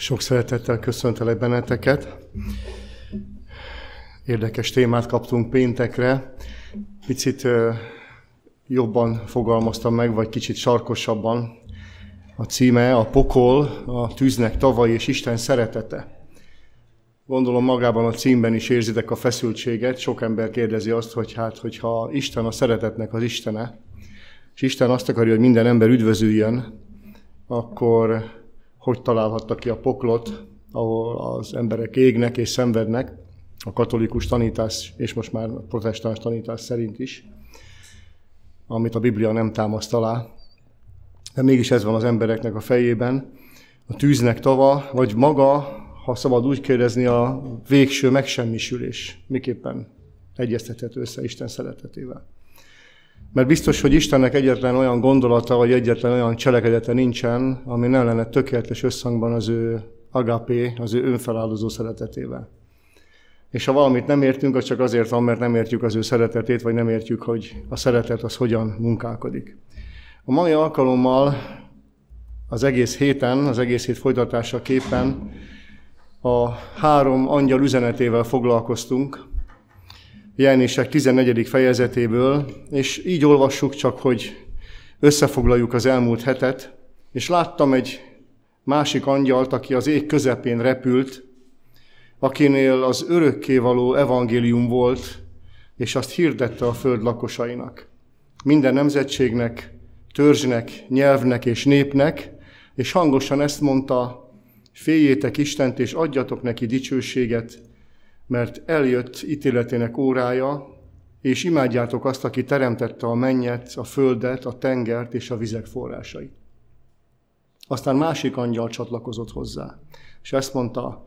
Sok szeretettel köszöntelek benneteket. Érdekes témát kaptunk péntekre. Picit jobban fogalmaztam meg, vagy kicsit sarkosabban. A címe a pokol, a tűznek tavai és Isten szeretete. Gondolom magában a címben is érzitek a feszültséget. Sok ember kérdezi azt, hogy hogyha Isten a szeretetnek az Istene, és Isten azt akarja, hogy minden ember üdvözüljön, akkor hogy találhatta ki a poklot, ahol az emberek égnek és szenvednek, a katolikus tanítás, és most már a protestáns tanítás szerint is, amit a Biblia nem támaszt alá. De mégis ez van az embereknek a fejében. A tűznek tava, vagy maga, ha szabad úgy kérdezni, a végső megsemmisülés. Miképpen egyeztethető össze Isten szeretetével? Mert biztos, hogy Istennek egyetlen olyan gondolata, vagy egyetlen olyan cselekedete nincsen, ami nem lenne tökéletes összhangban az ő agapé, az ő önfeláldozó szeretetével. És ha valamit nem értünk, az csak azért van, mert nem értjük az ő szeretetét, vagy nem értjük, hogy a szeretet az hogyan munkálkodik. A mai alkalommal az egész héten, az egész hét folytatásaképpen a 3 angyal üzenetével foglalkoztunk, Jelenések 14. fejezetéből, és így olvassuk csak, hogy összefoglaljuk az elmúlt hetet, és láttam egy másik angyalt, aki az ég közepén repült, akinél az örökkévaló evangélium volt, és azt hirdette a föld lakosainak. Minden nemzetségnek, törzsnek, nyelvnek és népnek, és hangosan ezt mondta: féljétek Istent, és adjatok neki dicsőséget, mert eljött ítéletének órája, és imádjátok azt, aki teremtette a mennyet, a földet, a tengert és a vizek forrásait. Aztán másik angyal csatlakozott hozzá, és ezt mondta: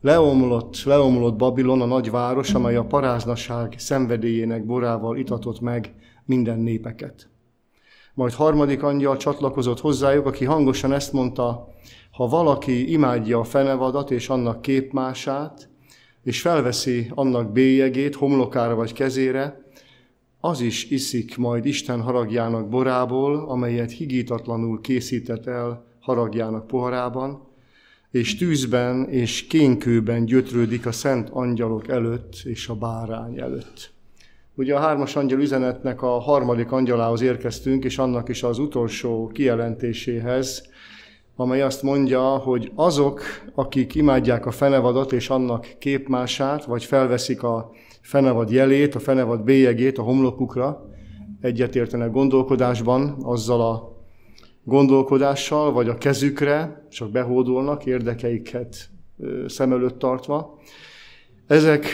leomlott Babilon, a nagy város, amely a paráznaság szenvedélyének borával itatott meg minden népeket. Majd harmadik angyal csatlakozott hozzájuk, aki hangosan ezt mondta: ha valaki imádja a fenevadat és annak képmását, és felveszi annak bélyegét homlokára vagy kezére, az is iszik majd Isten haragjának borából, amelyet higítatlanul készített el haragjának poharában, és tűzben és kénkőben gyötrődik a szent angyalok előtt és a bárány előtt. Ugye a 3. angyal üzenetnek a 3. angyalához érkeztünk, és annak is az utolsó kijelentéséhez, amely azt mondja, hogy azok, akik imádják a fenevadat és annak képmását, vagy felveszik a fenevad jelét, a fenevad bélyegét a homlokukra, egyetértenek gondolkodásban, azzal a gondolkodással, vagy a kezükre, csak behódolnak, érdekeiket szem előtt tartva. Ezek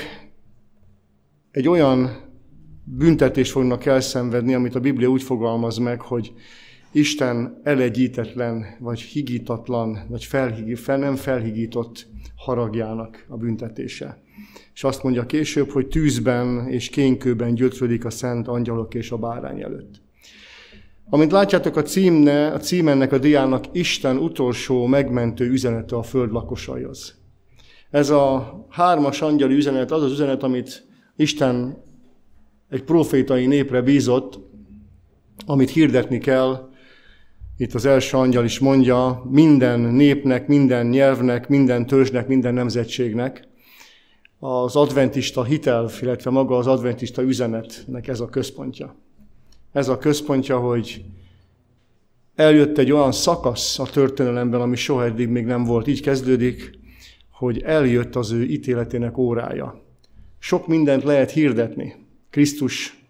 egy olyan büntetést fognak elszenvedni, amit a Biblia úgy fogalmaz meg, hogy Isten elegyítetlen, vagy higítatlan, vagy nem felhigított haragjának a büntetése. És azt mondja később, hogy tűzben és kénkőben gyötrődik a szent angyalok és a bárány előtt. Amint látjátok, a cím ennek a diának Isten utolsó megmentő üzenete a föld lakosaihoz. Ez a 3. angyali üzenet az az üzenet, amit Isten egy profétai népre bízott, amit hirdetni kell. Itt az első angyal is mondja, minden népnek, minden nyelvnek, minden törzsnek, minden nemzetségnek. Az adventista hitel, illetve maga az adventista üzenetnek ez a központja. Ez a központja, hogy eljött egy olyan szakasz a történelemben, ami soha eddig még nem volt. Így kezdődik, hogy eljött az ő ítéletének órája. Sok mindent lehet hirdetni Krisztus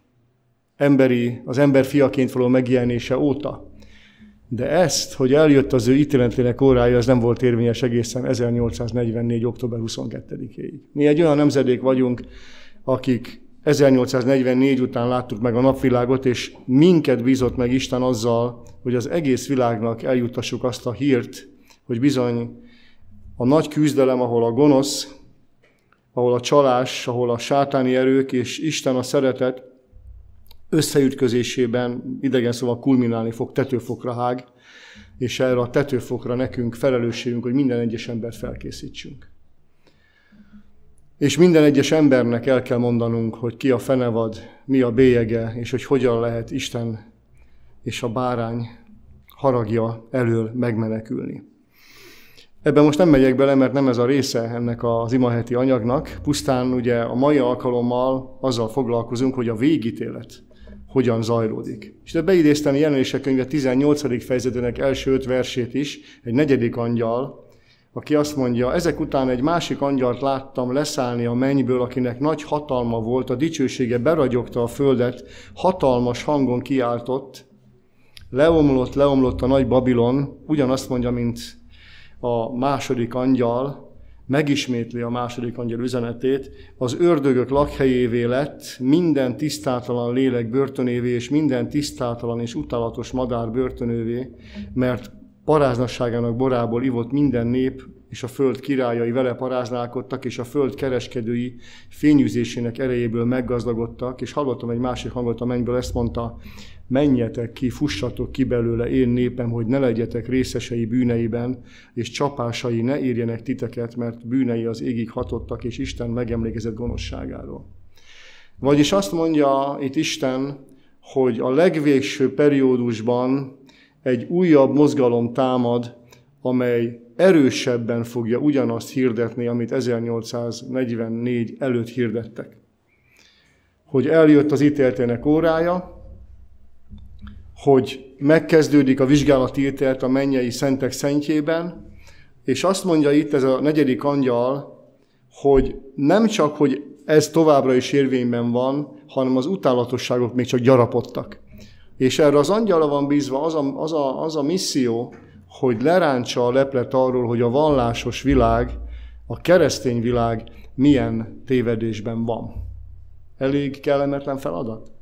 az ember fiaként való megjelenése óta. De ezt, hogy eljött az ő ítéletének órája, ez nem volt érvényes egészen 1844. október 22-éig. Mi egy olyan nemzedék vagyunk, akik 1844 után láttuk meg a napvilágot, és minket bízott meg Isten azzal, hogy az egész világnak eljuttassuk azt a hírt, hogy bizony a nagy küzdelem, ahol a gonosz, ahol a csalás, ahol a sátáni erők és Isten a szeretet összeütközésében idegen szóval kulminálni fog, tetőfokra hág, és erre a tetőfokra nekünk felelősségünk, hogy minden egyes embert felkészítsünk. És minden egyes embernek el kell mondanunk, hogy ki a fenevad, mi a bélyege, és hogy hogyan lehet Isten és a bárány haragja elől megmenekülni. Ebben most nem megyek bele, mert nem ez a része ennek az imaheti anyagnak. Pusztán ugye a mai alkalommal azzal foglalkozunk, hogy a végítélet hogyan zajlódik. És de beidéztem Jelenések könyve 18. fejezetének első 5 versét is, egy 4. angyal, aki azt mondja, ezek után egy másik angyalt láttam leszállni a mennyből, akinek nagy hatalma volt, a dicsősége beragyogta a földet, hatalmas hangon kiáltott, leomlott a nagy Babilon, ugyanazt mondja, mint a második angyal, megismétli a második angyal üzenetét, az ördögök lakhelyévé lett, minden tisztátalan lélek börtönévé, és minden tisztátalan és utálatos madár börtönövé, mert paráznasságának borából ivott minden nép, és a föld királyai vele paráználkodtak, és a föld kereskedői fényűzésének erejéből meggazdagodtak, és hallottam egy másik hangot a mennyből, ezt mondta, menjetek ki, fussatok ki belőle, én népem, hogy ne legyetek részesei bűneiben, és csapásai ne érjenek titeket, mert bűnei az égig hatottak, és Isten megemlékezett gonoszságáról. Vagyis azt mondja itt Isten, hogy a legvégső periódusban egy újabb mozgalom támad, amely erősebben fogja ugyanazt hirdetni, amit 1844 előtt hirdettek. Hogy eljött az ítéltének órája, hogy megkezdődik a vizsgálati ítélet a mennyei szentek szentjében, és azt mondja itt ez a 4. angyal, hogy nem csak, hogy ez továbbra is érvényben van, hanem az utálatosságok még csak gyarapodtak. És erre az angyalra van bízva az a misszió, hogy lerántsa a leplet arról, hogy a vallásos világ, a keresztény világ milyen tévedésben van. Elég kellemetlen feladat?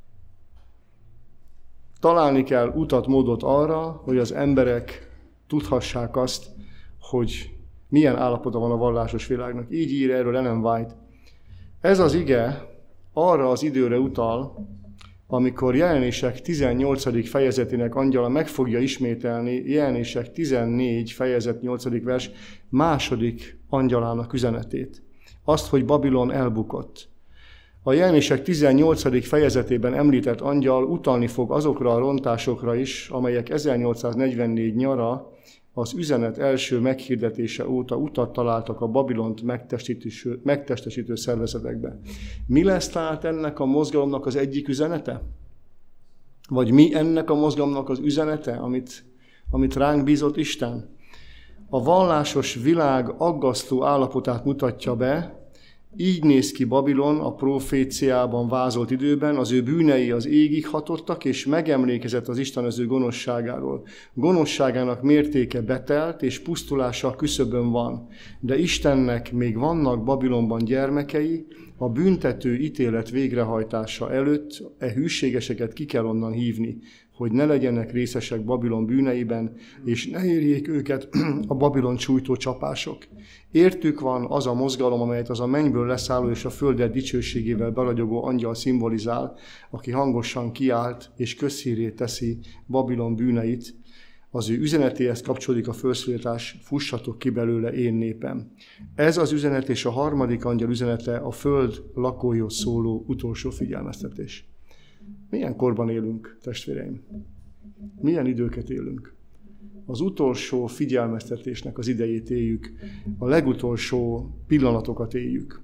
Találni kell utat, módot arra, hogy az emberek tudhassák azt, hogy milyen állapota van a vallásos világnak. Így ír erről Ellen White. Ez az ige arra az időre utal, amikor Jelenések 18. fejezetének angyala meg fogja ismételni Jelenések 14. fejezet 8. vers második angyalának üzenetét. Azt, hogy Babilon elbukott. A Jelenések 18. fejezetében említett angyal utalni fog azokra a rontásokra is, amelyek 1844 nyara az üzenet első meghirdetése óta utat találtak a Babilont megtestesítő szervezetekbe. Mi lesz tehát ennek a mozgalomnak az egyik üzenete? Vagy mi ennek a mozgalomnak az üzenete, amit ránk bízott Isten? A vallásos világ aggasztó állapotát mutatja be, így néz ki Babilon a proféciában vázolt időben, az ő bűnei az égig hatottak, és megemlékezett az istenező gonoszságáról. Gonoszságának mértéke betelt, és pusztulása a küszöbön van. De Istennek még vannak Babilonban gyermekei, a büntető ítélet végrehajtása előtt hűségeseket ki kell onnan hívni, hogy ne legyenek részesek Babilon bűneiben, és ne érjék őket a Babilon csújtó csapások. Értük van az a mozgalom, amelyet az a mennyből leszálló és a földet dicsőségével beragyogó angyal szimbolizál, aki hangosan kiált és közhírré teszi Babilon bűneit. Az ő üzenetéhez kapcsolódik a felszólítás, fussatok ki belőle, én népem. Ez az üzenet és a harmadik angyal üzenete a föld lakóihoz szóló utolsó figyelmeztetés. Milyen korban élünk, testvéreim? Milyen időket élünk? Az utolsó figyelmeztetésnek az idejét éljük, a legutolsó pillanatokat éljük.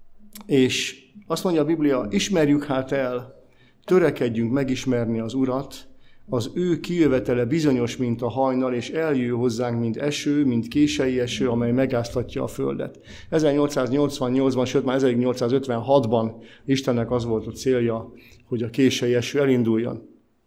És azt mondja a Biblia, ismerjük hát el, törekedjünk megismerni az Urat, az ő kijövetele bizonyos, mint a hajnal, és eljő hozzánk, mint eső, mint kései eső, amely megáztatja a földet. 1888-ban, sőt már 1856-ban Istennek az volt a célja, hogy a kései eső elinduljon.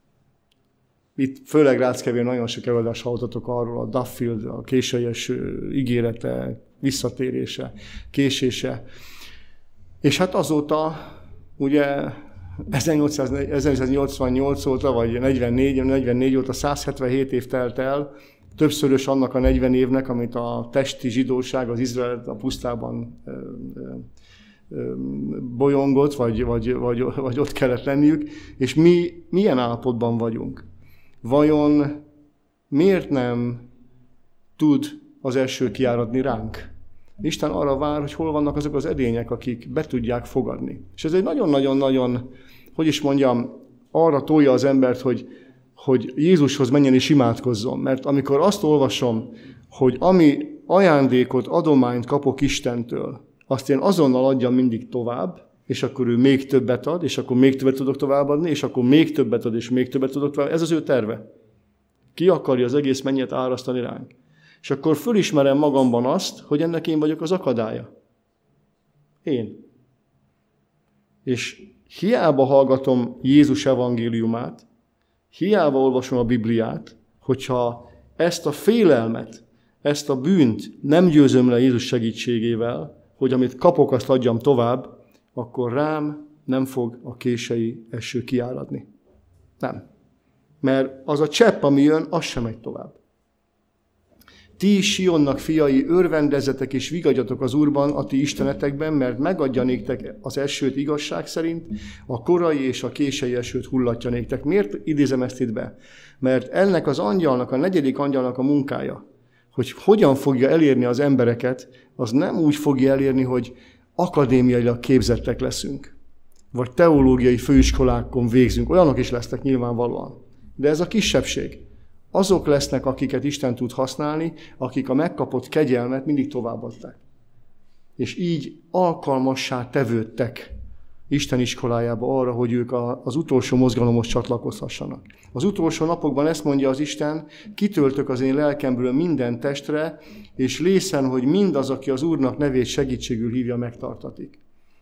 Itt főleg Ráckevén nagyon sok előadást hallottatok arról, a Duffield, a kései eső ígérete, visszatérése, késése. És hát azóta, ugye 1988 óta, vagy 44 óta 177 év telt el, többszörös annak a 40 évnek, amit a testi zsidóság, az Izrael a pusztában bolyongott, vagy ott kellett lenniük, és mi milyen állapotban vagyunk? Vajon miért nem tud az eső kiáradni ránk? Isten arra vár, hogy hol vannak azok az edények, akik be tudják fogadni. És ez egy nagyon-nagyon-nagyon, hogy is mondjam, arra tolja az embert, hogy Jézushoz menjen és imádkozzon. Mert amikor azt olvasom, hogy ami ajándékot, adományt kapok Istentől, azt én azonnal adjam mindig tovább, és akkor ő még többet ad, és akkor még többet tudok továbbadni, és akkor még többet ad, és még többet tudok tovább. Ez az ő terve. Ki akarja az egész mennyet árasztani ránk. És akkor fölismerem magamban azt, hogy ennek én vagyok az akadálya. Én. És hiába hallgatom Jézus evangéliumát, hiába olvasom a Bibliát, hogyha ezt a félelmet, ezt a bűnt nem győzöm le Jézus segítségével, hogy amit kapok, azt adjam tovább, akkor rám nem fog a kései eső kiáradni. Nem. Mert az a csepp, ami jön, az sem megy tovább. Ti Sionnak fiai, örvendezzetek és vigadjatok az Úrban, a ti istenetekben, mert megadja néktek az esőt igazság szerint, a korai és a kései esőt hullatja néktek. Miért idézem ezt itt be? Mert ennek az angyalnak, a 4. angyalnak a munkája, hogy hogyan fogja elérni az embereket, az nem úgy fogja elérni, hogy akadémiailag képzettek leszünk, vagy teológiai főiskolákon végzünk. Olyanok is lesznek nyilvánvalóan. De ez a kisebbség. Azok lesznek, akiket Isten tud használni, akik a megkapott kegyelmet mindig továbbadták. És így alkalmassá tevődtek Isten iskolájába arra, hogy ők az utolsó mozgalomhoz csatlakozhassanak. Az utolsó napokban ezt mondja az Isten, kitöltök az én lelkemből minden testre, és lészen, hogy mindaz, aki az Úrnak nevét segítségül hívja, megtartatik.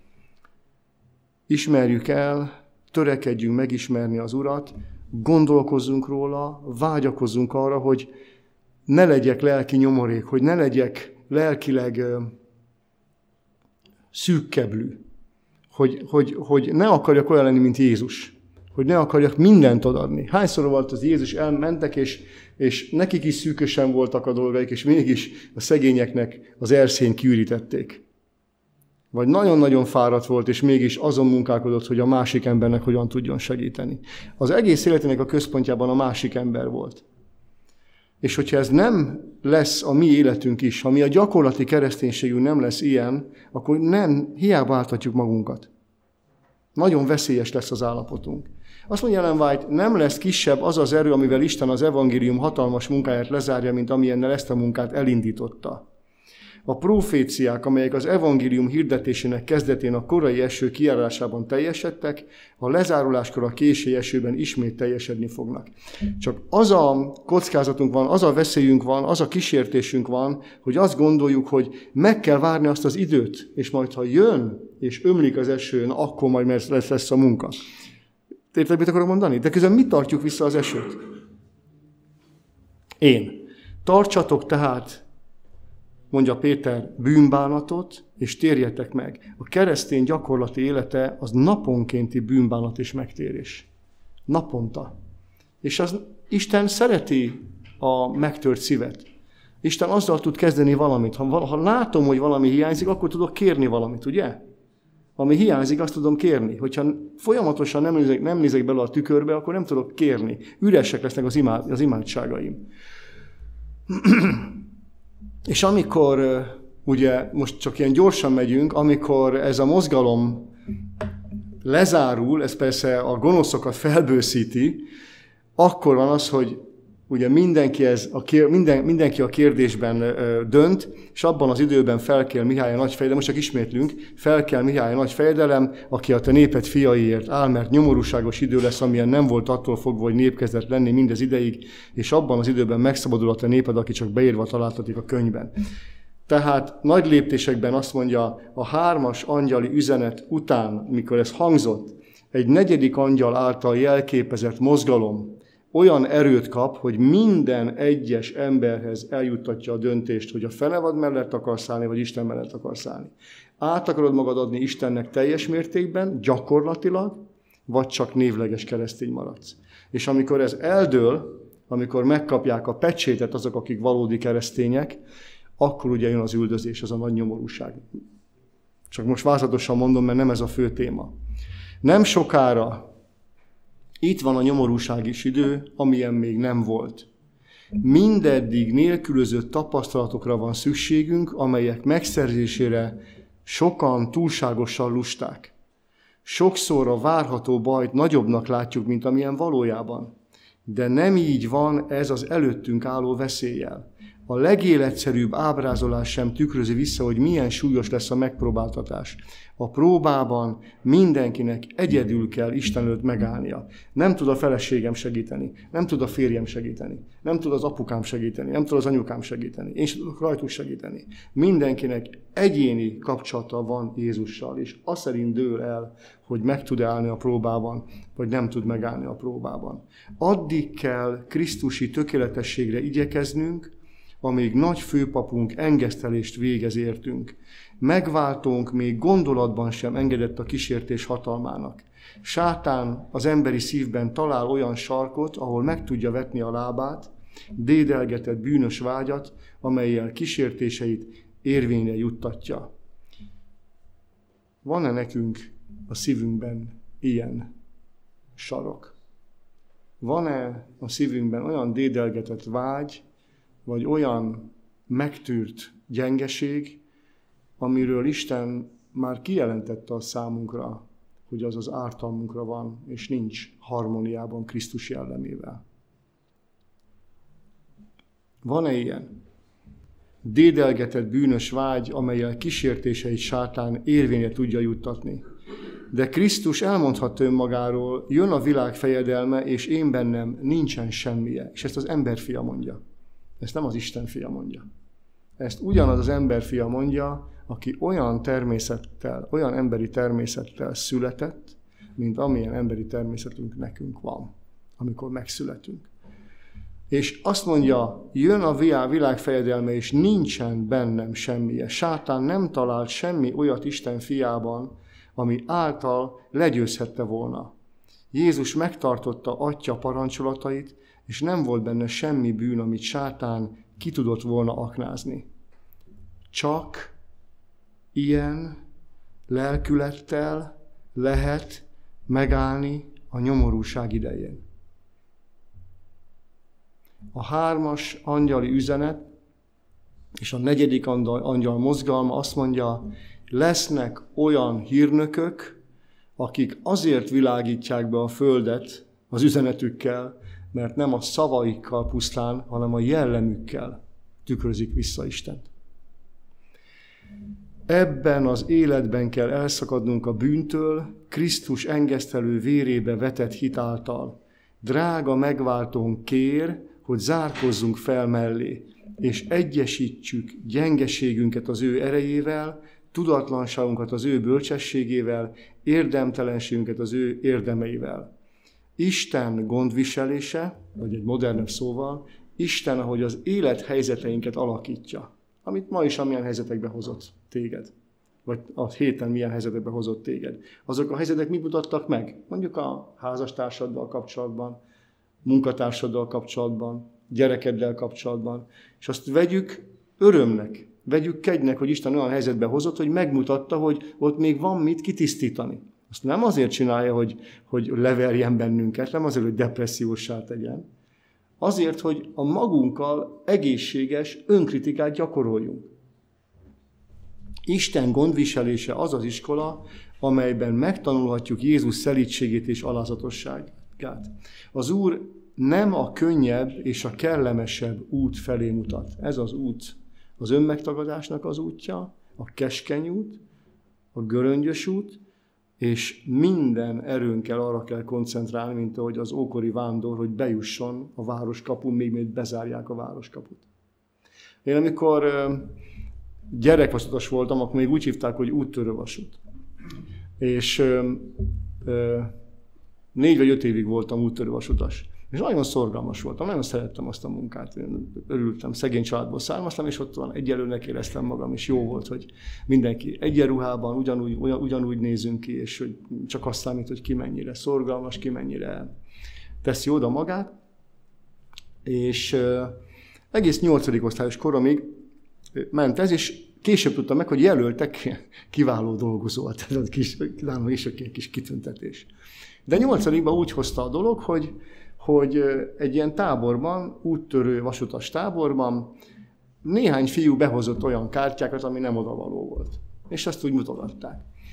Ismerjük el, törekedjünk megismerni az Urat, gondolkozzunk róla, vágyakozzunk arra, hogy ne legyek lelki nyomorék, hogy ne legyek lelkileg szűkkeblű, hogy ne akarjak olyan lenni, mint Jézus, hogy ne akarjak mindent odaadni. Hányszor volt az Jézus, elmentek, és nekik is szűkösen voltak a dolgaik, és mégis a szegényeknek az erszényt kiürítették. Vagy nagyon-nagyon fáradt volt, és mégis azon munkálkodott, hogy a másik embernek hogyan tudjon segíteni. Az egész életének a központjában a másik ember volt. És hogyha ez nem lesz a mi életünk is, ha mi a gyakorlati kereszténységünk nem lesz ilyen, akkor nem, hiába áltatjuk magunkat. Nagyon veszélyes lesz az állapotunk. Azt mondja Ellen White, nem lesz kisebb az az erő, amivel Isten az evangélium hatalmas munkáját lezárja, mint amilyennel ezt a munkát elindította. A proféciák, amelyek az evangélium hirdetésének kezdetén a korai eső kiárásában teljesedtek, a lezáruláskor a késői esőben ismét teljesedni fognak. Csak az a kockázatunk van, az a veszélyünk van, az a kísértésünk van, hogy azt gondoljuk, hogy meg kell várni azt az időt, és majd ha jön és ömlik az esőn, akkor majd lesz a munka. Érted, mit akarok mondani? De közben mit tartjuk vissza az esőt? Én. Tartsatok tehát, mondja Péter, bűnbánatot, és térjetek meg. A keresztény gyakorlati élete az naponkénti bűnbánat és megtérés. Naponta. És az Isten szereti a megtört szívet. Isten azzal tud kezdeni valamit. Ha látom, hogy valami hiányzik, akkor tudok kérni valamit, ugye? Ami hiányzik, azt tudom kérni. Hogyha folyamatosan nem nézek bele a tükörbe, akkor nem tudok kérni. Üresek lesznek az imádságaim. És amikor, ugye most csak ilyen gyorsan megyünk, amikor ez a mozgalom lezárul, ez persze a gonoszokat felbőszíti, akkor van az, hogy ugye mindenki a kérdésben dönt, és abban az időben felkel Mihály a nagyfejedelem, most csak ismétlünk, felkel Mihály a nagyfejedelem, aki a te néped fiaiért áll, mert nyomorúságos idő lesz, amilyen nem volt attól fogva, hogy nép kezdett lenni mindez ideig, és abban az időben megszabadul a te néped, aki csak beírva találtatik a könyvben. Tehát nagy léptésekben azt mondja, a 3. angyali üzenet után, mikor ez hangzott, egy 4. angyal által jelképezett mozgalom olyan erőt kap, hogy minden egyes emberhez eljuttatja a döntést, hogy a fenevad mellett akarsz állni, vagy Isten mellett akarsz állni. Át akarod magad adni Istennek teljes mértékben, gyakorlatilag, vagy csak névleges keresztény maradsz. És amikor ez eldől, amikor megkapják a pecsétet azok, akik valódi keresztények, akkor ugye jön az üldözés, az a nagy nyomorúság. Csak most vázlatosan mondom, mert nem ez a fő téma. Nem sokára itt van a nyomorúság is idő, amilyen még nem volt. Mindeddig nélkülözött tapasztalatokra van szükségünk, amelyek megszerzésére sokan túlságosan lusták. Sokszor a várható bajt nagyobbnak látjuk, mint amilyen valójában. De nem így van ez az előttünk álló veszéllyel. A legéletszerűbb ábrázolás sem tükrözi vissza, hogy milyen súlyos lesz a megpróbáltatás. A próbában mindenkinek egyedül kell Isten előtt megállnia. Nem tud a feleségem segíteni, nem tud a férjem segíteni, nem tud az apukám segíteni, nem tud az anyukám segíteni, én sem tudok rajtuk segíteni. Mindenkinek egyéni kapcsolata van Jézussal, és az szerint dől el, hogy meg tud állni a próbában, vagy nem tud megállni a próbában. Addig kell krisztusi tökéletességre igyekeznünk, amíg nagy főpapunk engesztelést végez értünk. Megváltónk még gondolatban sem engedett a kísértés hatalmának. Sátán az emberi szívben talál olyan sarkot, ahol meg tudja vetni a lábát, dédelgetett bűnös vágyat, amellyel kísértéseit érvényre juttatja. Van-e nekünk a szívünkben ilyen sarok? Van-e a szívünkben olyan dédelgetett vágy, vagy olyan megtűrt gyengeség, amiről Isten már kijelentette a számunkra, hogy az az ártalmunkra van, és nincs harmóniában Krisztus jellemével. Van-e ilyen? Dédelgetett bűnös vágy, amellyel kísértéseit sátán érvényre tudja juttatni. De Krisztus elmondhatta önmagáról, jön a világ fejedelme, és én bennem nincsen semmije. És ezt az emberfia mondja. Ezt nem az Isten fia mondja. Ezt ugyanaz az emberfia mondja, aki olyan természettel, olyan emberi természettel született, mint amilyen emberi természetünk nekünk van, amikor megszületünk. És azt mondja, jön a világ fejedelme, és nincsen bennem semmije. Sátán nem talált semmi olyat Isten fiában, ami által legyőzhette volna. Jézus megtartotta Atya parancsolatait, és nem volt benne semmi bűn, amit sátán ki tudott volna aknázni. Csak ilyen lelkülettel lehet megállni a nyomorúság idején. A 3. angyali üzenet és a 4. angyal mozgalma azt mondja, lesznek olyan hírnökök, akik azért világítják be a földet az üzenetükkel, mert nem a szavaikkal pusztán, hanem a jellemükkel tükrözik vissza Istent. Ebben az életben kell elszakadnunk a bűntől, Krisztus engesztelő vérébe vetett hit által. Drága megváltónk kér, hogy zárkozzunk fel mellé, és egyesítsük gyengeségünket az ő erejével, tudatlanságunkat az ő bölcsességével, érdemtelenségünket az ő érdemeivel. Isten gondviselése, vagy egy modernebb szóval, Isten, ahogy az élethelyzeteinket alakítja, amit ma is amilyen helyzetekbe hozott téged, vagy a héten milyen helyzetekbe hozott téged. Azok a helyzetek mit mutattak meg? Mondjuk a házastársaddal kapcsolatban, munkatársaddal kapcsolatban, gyerekeddel kapcsolatban, és azt vegyük örömnek, vegyük kegynek, hogy Isten olyan helyzetbe hozott, hogy megmutatta, hogy ott még van mit kitisztítani. Azt nem azért csinálja, hogy leverjen bennünket, nem azért, hogy depresszióssá tegyen. Azért, hogy a magunkkal egészséges önkritikát gyakoroljunk. Isten gondviselése az az iskola, amelyben megtanulhatjuk Jézus szelídségét és alázatosságát. Az Úr nem a könnyebb és a kellemesebb út felé mutat. Ez az út az önmegtagadásnak az útja, a keskeny út, a göröngyös út, és minden erőnkkel arra kell koncentrálni, mint ahogy az ókori vándor, hogy bejusson a városkapun, még mielőtt bezárják a városkaput. Én amikor gyerekvasutas voltam, akkor még úgy hívták, hogy úttörővasút. És 4 vagy 5 évig voltam úttörővasutas. És nagyon szorgalmas voltam, nagyon szerettem azt a munkát, én örültem, szegény családból származtam, és ott van egyelőnek éreztem magam, és jó volt, hogy mindenki egyenruhában ugyanúgy nézünk ki, és hogy csak azt számít, hogy ki mennyire szorgalmas, ki mennyire teszi oda magát. És egész 8. osztályos koromig ment ez, és később tudtam meg, hogy jelöltek kiváló dolgozót, tehát is egy kis kitüntetés. De 8-ban úgy hozta a dolog, hogy egy ilyen táborban, úttörő vasutas táborban néhány fiú behozott olyan kártyákat, ami nem odavaló volt. És azt úgy mutogatták.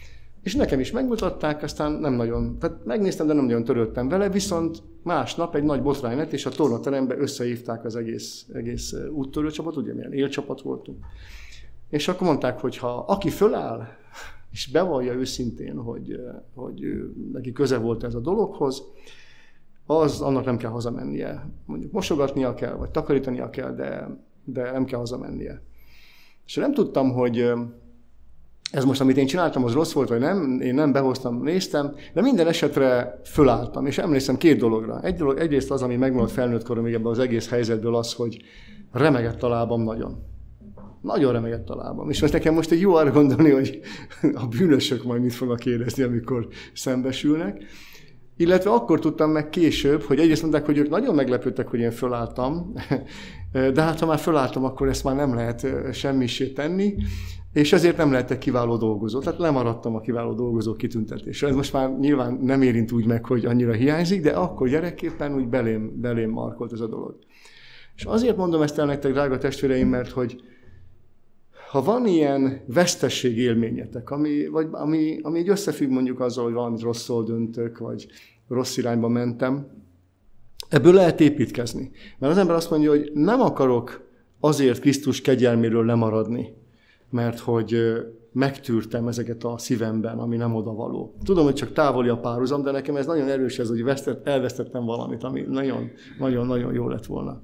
És nekem is megmutatták, aztán nem nagyon, tehát megnéztem, de nem nagyon törődtem vele, viszont másnap egy nagy botrány lett, és a tornaterembe összehívták az egész úttörő csapat, ugye milyen élcsapat voltunk. És akkor mondták, hogy ha aki föláll, és bevallja őszintén, hogy neki köze volt ez a dologhoz, annak nem kell hazamennie. Mondjuk mosogatnia kell, vagy takarítania kell, de nem kell hazamennie. És nem tudtam, hogy ez most, amit én csináltam, az rossz volt, vagy nem, én nem behoztam, néztem, de minden esetre fölálltam, és emlékszem 2 dologra. Egyrészt az, ami megmaradt felnőtt koromig ebben az egész helyzetből az, hogy remegett a lábam nagyon. Nagyon remegett a lábam. És nekem most egy jó arra gondolni, hogy a bűnösök majd mit fognak érezni, amikor szembesülnek. Illetve akkor tudtam meg később, hogy egyrészt mondták, hogy ők nagyon meglepődtek, hogy én fölálltam, de hát ha már fölálltam, akkor ezt már nem lehet semmisé tenni, és ezért nem lehetek kiváló dolgozó. Tehát lemaradtam a kiváló dolgozó kitüntetésre. Ez most már nyilván nem érint úgy meg, hogy annyira hiányzik, de akkor gyerekképpen úgy belém markolt ez a dolog. És azért mondom ezt el nektek, drága testvéreim, mert hogy ha van ilyen vesztesség élményetek, ami így összefügg mondjuk azzal, hogy valamit rosszul döntök, vagy rossz irányba mentem, ebből lehet építkezni. Mert az ember azt mondja, hogy nem akarok azért Krisztus kegyelméről lemaradni, mert hogy megtűrtem ezeket a szívemben, ami nem odavaló. Tudom, hogy csak távoli a párhuzam, de nekem ez nagyon erős, ez, hogy elvesztettem valamit, ami nagyon jó lett volna.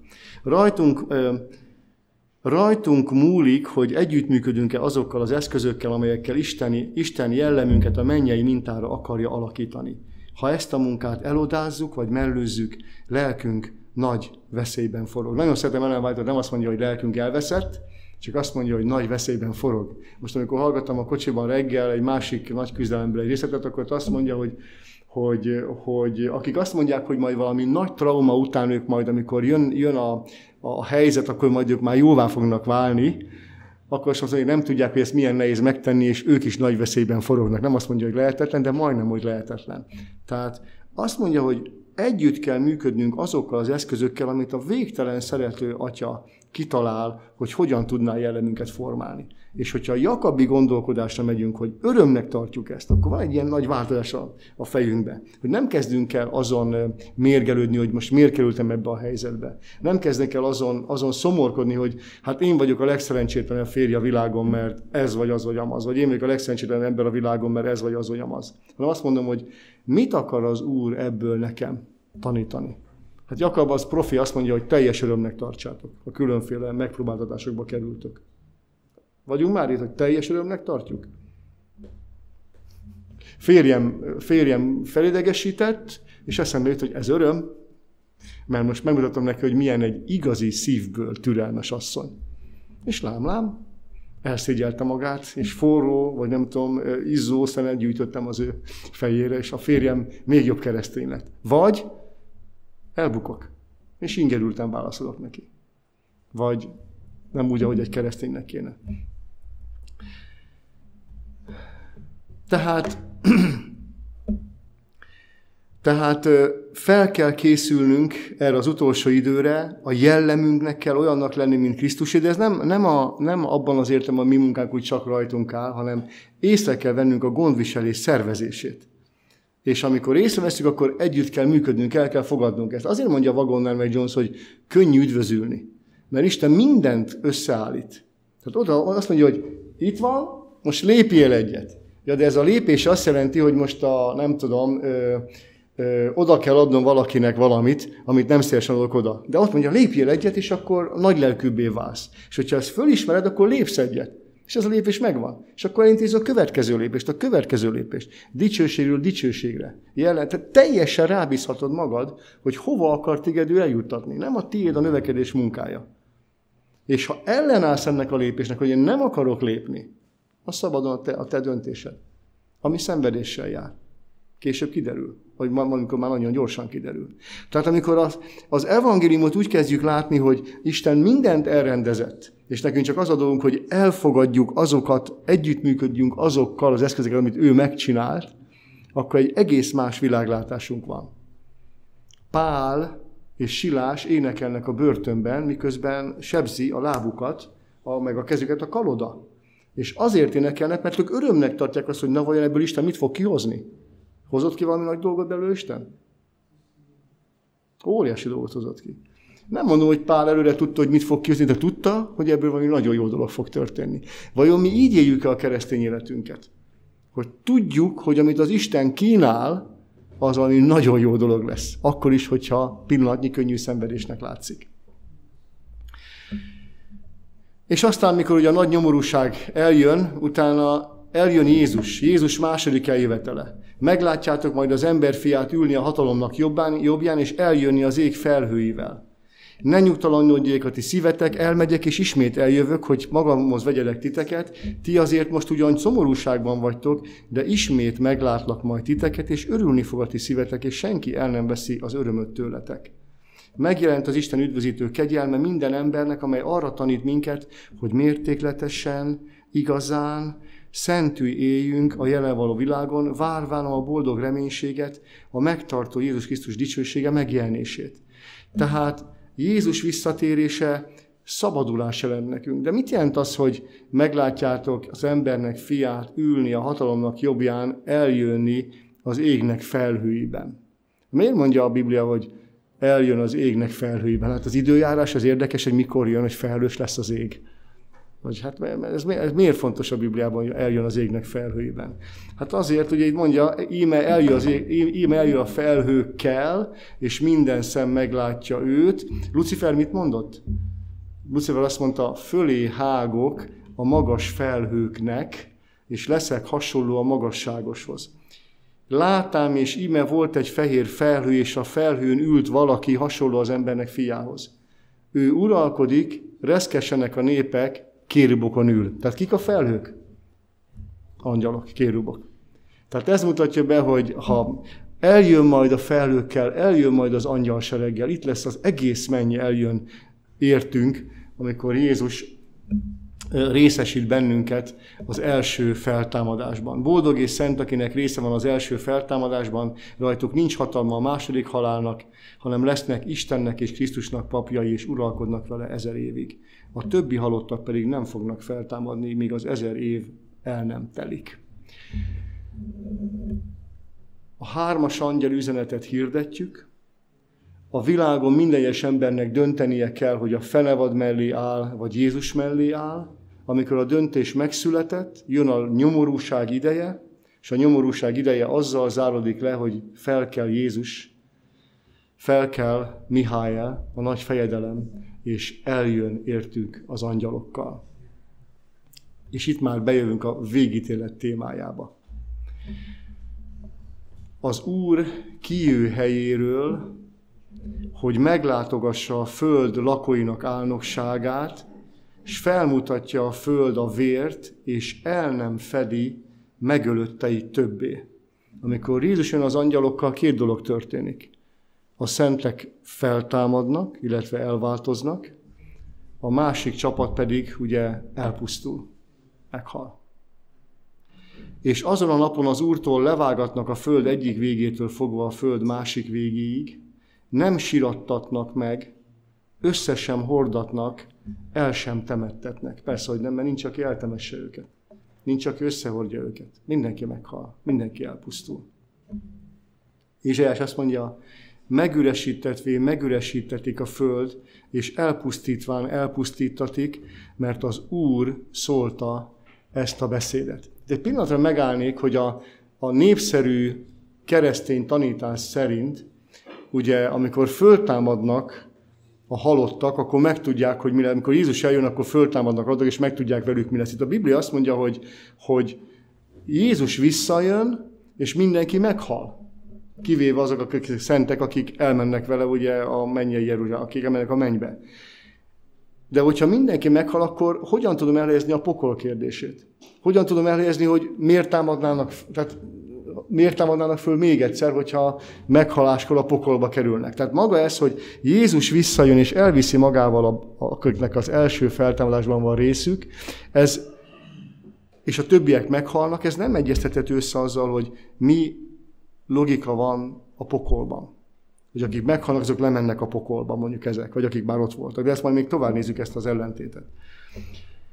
Rajtunk múlik, hogy együttműködünk-e azokkal az eszközökkel, amelyekkel Isten jellemünket a mennyei mintára akarja alakítani. Ha ezt a munkát elodázzuk, vagy mellőzzük, lelkünk nagy veszélyben forog. Nagyon szeretem Ellen White-ot, nem azt mondja, hogy lelkünk elveszett, csak azt mondja, hogy nagy veszélyben forog. Most amikor hallgattam a kocsiban reggel egy másik nagy küzdelemből egy részletet, akkor azt mondja, hogy akik azt mondják, hogy majd valami nagy trauma után ők majd, amikor jön a helyzet, akkor majd ők már jóvá fognak válni, akkor azt mondja, hogy nem tudják, hogy ezt milyen nehéz megtenni, és ők is nagy veszélyben forognak. Nem azt mondja, hogy lehetetlen, de majdnem, hogy lehetetlen. Tehát azt mondja, hogy együtt kell működnünk azokkal az eszközökkel, amit a végtelen szerető Atya kitalál, hogy hogyan tudná jellemünket formálni. És hogyha a Jakabi gondolkodásra megyünk, hogy örömnek tartjuk ezt, akkor van egy ilyen nagy változás a fejünkbe. Hogy nem kezdünk el azon mérgelődni, hogy most miért kerültem ebbe a helyzetbe. Nem kezdünk el azon szomorkodni, hogy hát én vagyok a legszerencsétlenebb férj a világon, mert ez vagy az vagy amaz. Vagy én vagyok a legszerencsétlenebb ember a világon, mert ez vagy az vagy amaz. Hanem azt mondom, hogy mit akar az Úr ebből nekem tanítani? Hát Jakab az profi azt mondja, hogy teljes örömnek tartsátok, ha különféle megpróbáltatásokba kerültök. Vagyunk már itt, hogy teljes örömnek tartjuk? Férjem felidegesített, és eszembe jut, hogy ez öröm, mert most megmutatom neki, hogy milyen egy igazi szívből türelmes asszony. És lám, elszégyelte magát, és forró, vagy nem tudom, izzó szenet gyűjtöttem az ő fejére, és a férjem még jobb keresztény lett. Vagy elbukok, és ingerülten válaszolok neki. Vagy nem úgy, ahogy egy kereszténynek kéne. Tehát fel kell készülnünk erre az utolsó időre, a jellemünknek kell olyannak lenni, mint Krisztusé, de ez nem abban az értelemben a mi munkánk úgy csak rajtunk áll, hanem észre kell vennünk a gondviselés szervezését. És amikor észreveszünk, akkor együtt kell működnünk, el kell fogadnunk ezt. Azért mondja Waggoner meg Jones, hogy könnyű üdvözülni. Mert Isten mindent összeállít. Tehát oda azt mondja, hogy itt van, most lépjél egyet. Ja, de ez a lépés azt jelenti, hogy most oda kell adnom valakinek valamit, amit nem szívesen adok oda. De azt mondja, lépjél egyet, és akkor nagylelkűbbé válsz. És hogyha ezt fölismered, akkor lépsz egyet. És ez a lépés megvan. És akkor elintéz a következő lépést. Dicsőségről dicsőségre. Tehát teljesen rábízhatod magad, hogy hova akar téged ő eljuttatni. Nem a tiéd a növekedés munkája. És ha ellenállsz ennek a lépésnek, hogy én nem akarok lépni, az szabadon a te döntésed, ami szenvedéssel jár. Később kiderül, vagy amikor már nagyon gyorsan kiderül. Tehát amikor az evangéliumot úgy kezdjük látni, hogy Isten mindent elrendezett, és nekünk csak az a dolgunk, hogy elfogadjuk azokat, együttműködjünk azokkal az eszközökkel, amit ő megcsinált, akkor egy egész más világlátásunk van. Pál és Silás énekelnek a börtönben, miközben sebzi a lábukat, meg a kezüket a kaloda. És azért énekelnek, mert ők örömnek tartják azt, hogy na vajon ebből Isten mit fog kihozni? Hozott ki valami nagy dolgot belőle Isten? Óriási dolgot hozott ki. Nem mondom, hogy Pál előre tudta, hogy mit fog kihozni, de tudta, hogy ebből valami nagyon jó dolog fog történni. Vajon mi így éljük el a keresztény életünket? Hogy tudjuk, hogy amit az Isten kínál, az valami nagyon jó dolog lesz. Akkor is, hogyha pillanatnyi könnyű szenvedésnek látszik. És aztán, mikor ugye a nagy nyomorúság eljön, utána eljön Jézus második eljövetele. Meglátjátok majd az emberfiát ülni a hatalomnak jobbján, és eljönni az ég felhőivel. Ne nyugtalanodjék a ti szívetek, elmegyek, és ismét eljövök, hogy magamhoz vegyelek titeket. Ti azért most ugyan szomorúságban vagytok, de ismét meglátlak majd titeket, és örülni fog a ti szívetek, és senki el nem veszi az örömöt tőletek. Megjelent az Isten üdvözítő kegyelme minden embernek, amely arra tanít minket, hogy mértékletesen, igazán, szentül éljünk a jelen való világon, várván a boldog reménységet, a megtartó Jézus Krisztus dicsősége megjelenését. Tehát Jézus visszatérése szabadulás jelent nekünk. De mit jelent az, hogy meglátjátok az embernek fiát ülni a hatalomnak jobbján, eljönni az égnek felhőiben? Miért mondja a Biblia, hogy eljön az égnek felhőiben? Hát az időjárás az érdekes, hogy mikor jön, hogy felhős lesz az ég. Vagy hát ez miért fontos a Bibliában, hogy eljön az égnek felhőiben? Hát azért, ugye itt mondja, íme eljön a felhőkkel, és minden szem meglátja őt. Lucifer mit mondott? Lucifer azt mondta, fölé hágok a magas felhőknek, és leszek hasonló a magasságoshoz. Látám, és íme volt egy fehér felhő, és a felhőn ült valaki hasonló az embernek fiához. Ő uralkodik, reszkesenek a népek, kérubokon ül. Tehát kik a felhők? Angyalok, kérubok. Tehát ez mutatja be, hogy ha eljön majd a felhőkkel, eljön majd az angyalsereggel, itt lesz az egész mennyi eljön értünk, amikor Jézus részesít bennünket az első feltámadásban. Boldog és szent, akinek része van az első feltámadásban, rajtuk nincs hatalma a második halálnak, hanem lesznek Istennek és Krisztusnak papjai, és uralkodnak vele 1000 évig. A többi halottak pedig nem fognak feltámadni, míg az 1000 év el nem telik. A 3. angyal üzenetet hirdetjük. A világon minden egyes embernek döntenie kell, hogy a fenevad mellé áll, vagy Jézus mellé áll. Amikor a döntés megszületett, jön a nyomorúság ideje, és a nyomorúság ideje azzal záródik le, hogy felkel Jézus, felkel Mihály, a nagy fejedelem, és eljön értük az angyalokkal. És itt már bejövünk a végítélet témájába. Az Úr kijő helyéről, hogy meglátogassa a föld lakóinak álnokságát, és felmutatja a föld a vért, és el nem fedi megölötteit többé. Amikor Jézus jön az angyalokkal, 2 dolog történik. A szentek feltámadnak, illetve elváltoznak, a másik csapat pedig ugye elpusztul, meghal. És azon a napon az Úrtól levágatnak a föld egyik végétől fogva a föld másik végéig, nem sirattatnak meg, össze sem hordatnak, el sem temettetnek. Persze, hogy nem, mert nincs, aki eltemesse őket. Nincs, aki összehordja őket. Mindenki meghal, mindenki elpusztul. Ézsaiás azt mondja, megüresítetik a föld, és elpusztítván elpusztítatik, mert az Úr szólta ezt a beszédet. De egy pillanatra megállnék, hogy a népszerű keresztény tanítás szerint, ugye, amikor föltámadnak a halottak, akkor megtudják, hogy mi lesz. Amikor Jézus eljön, akkor föltámadnak adok, és megtudják velük, mi lesz. Itt a Biblia azt mondja, hogy Jézus visszajön, és mindenki meghal. Kivéve azok, akik szentek, akik elmennek vele, ugye, a mennyei Jeruzsálem, akik elmennek a mennybe. De hogyha mindenki meghal, akkor hogyan tudom elhelyezni a pokol kérdését? Hogyan tudom elhelyezni, hogy miért támadnának föl még egyszer, hogyha meghaláskor a pokolba kerülnek? Tehát maga ez, hogy Jézus visszajön és elviszi magával akiknek az első feltámadásban van részük, és a többiek meghalnak, ez nem egyeztethető össze azzal, hogy mi logika van a pokolban. Hogy akik meghalnak, azok lemennek a pokolba, mondjuk ezek, vagy akik már ott voltak. De ezt majd még tovább nézzük, ezt az ellentétet.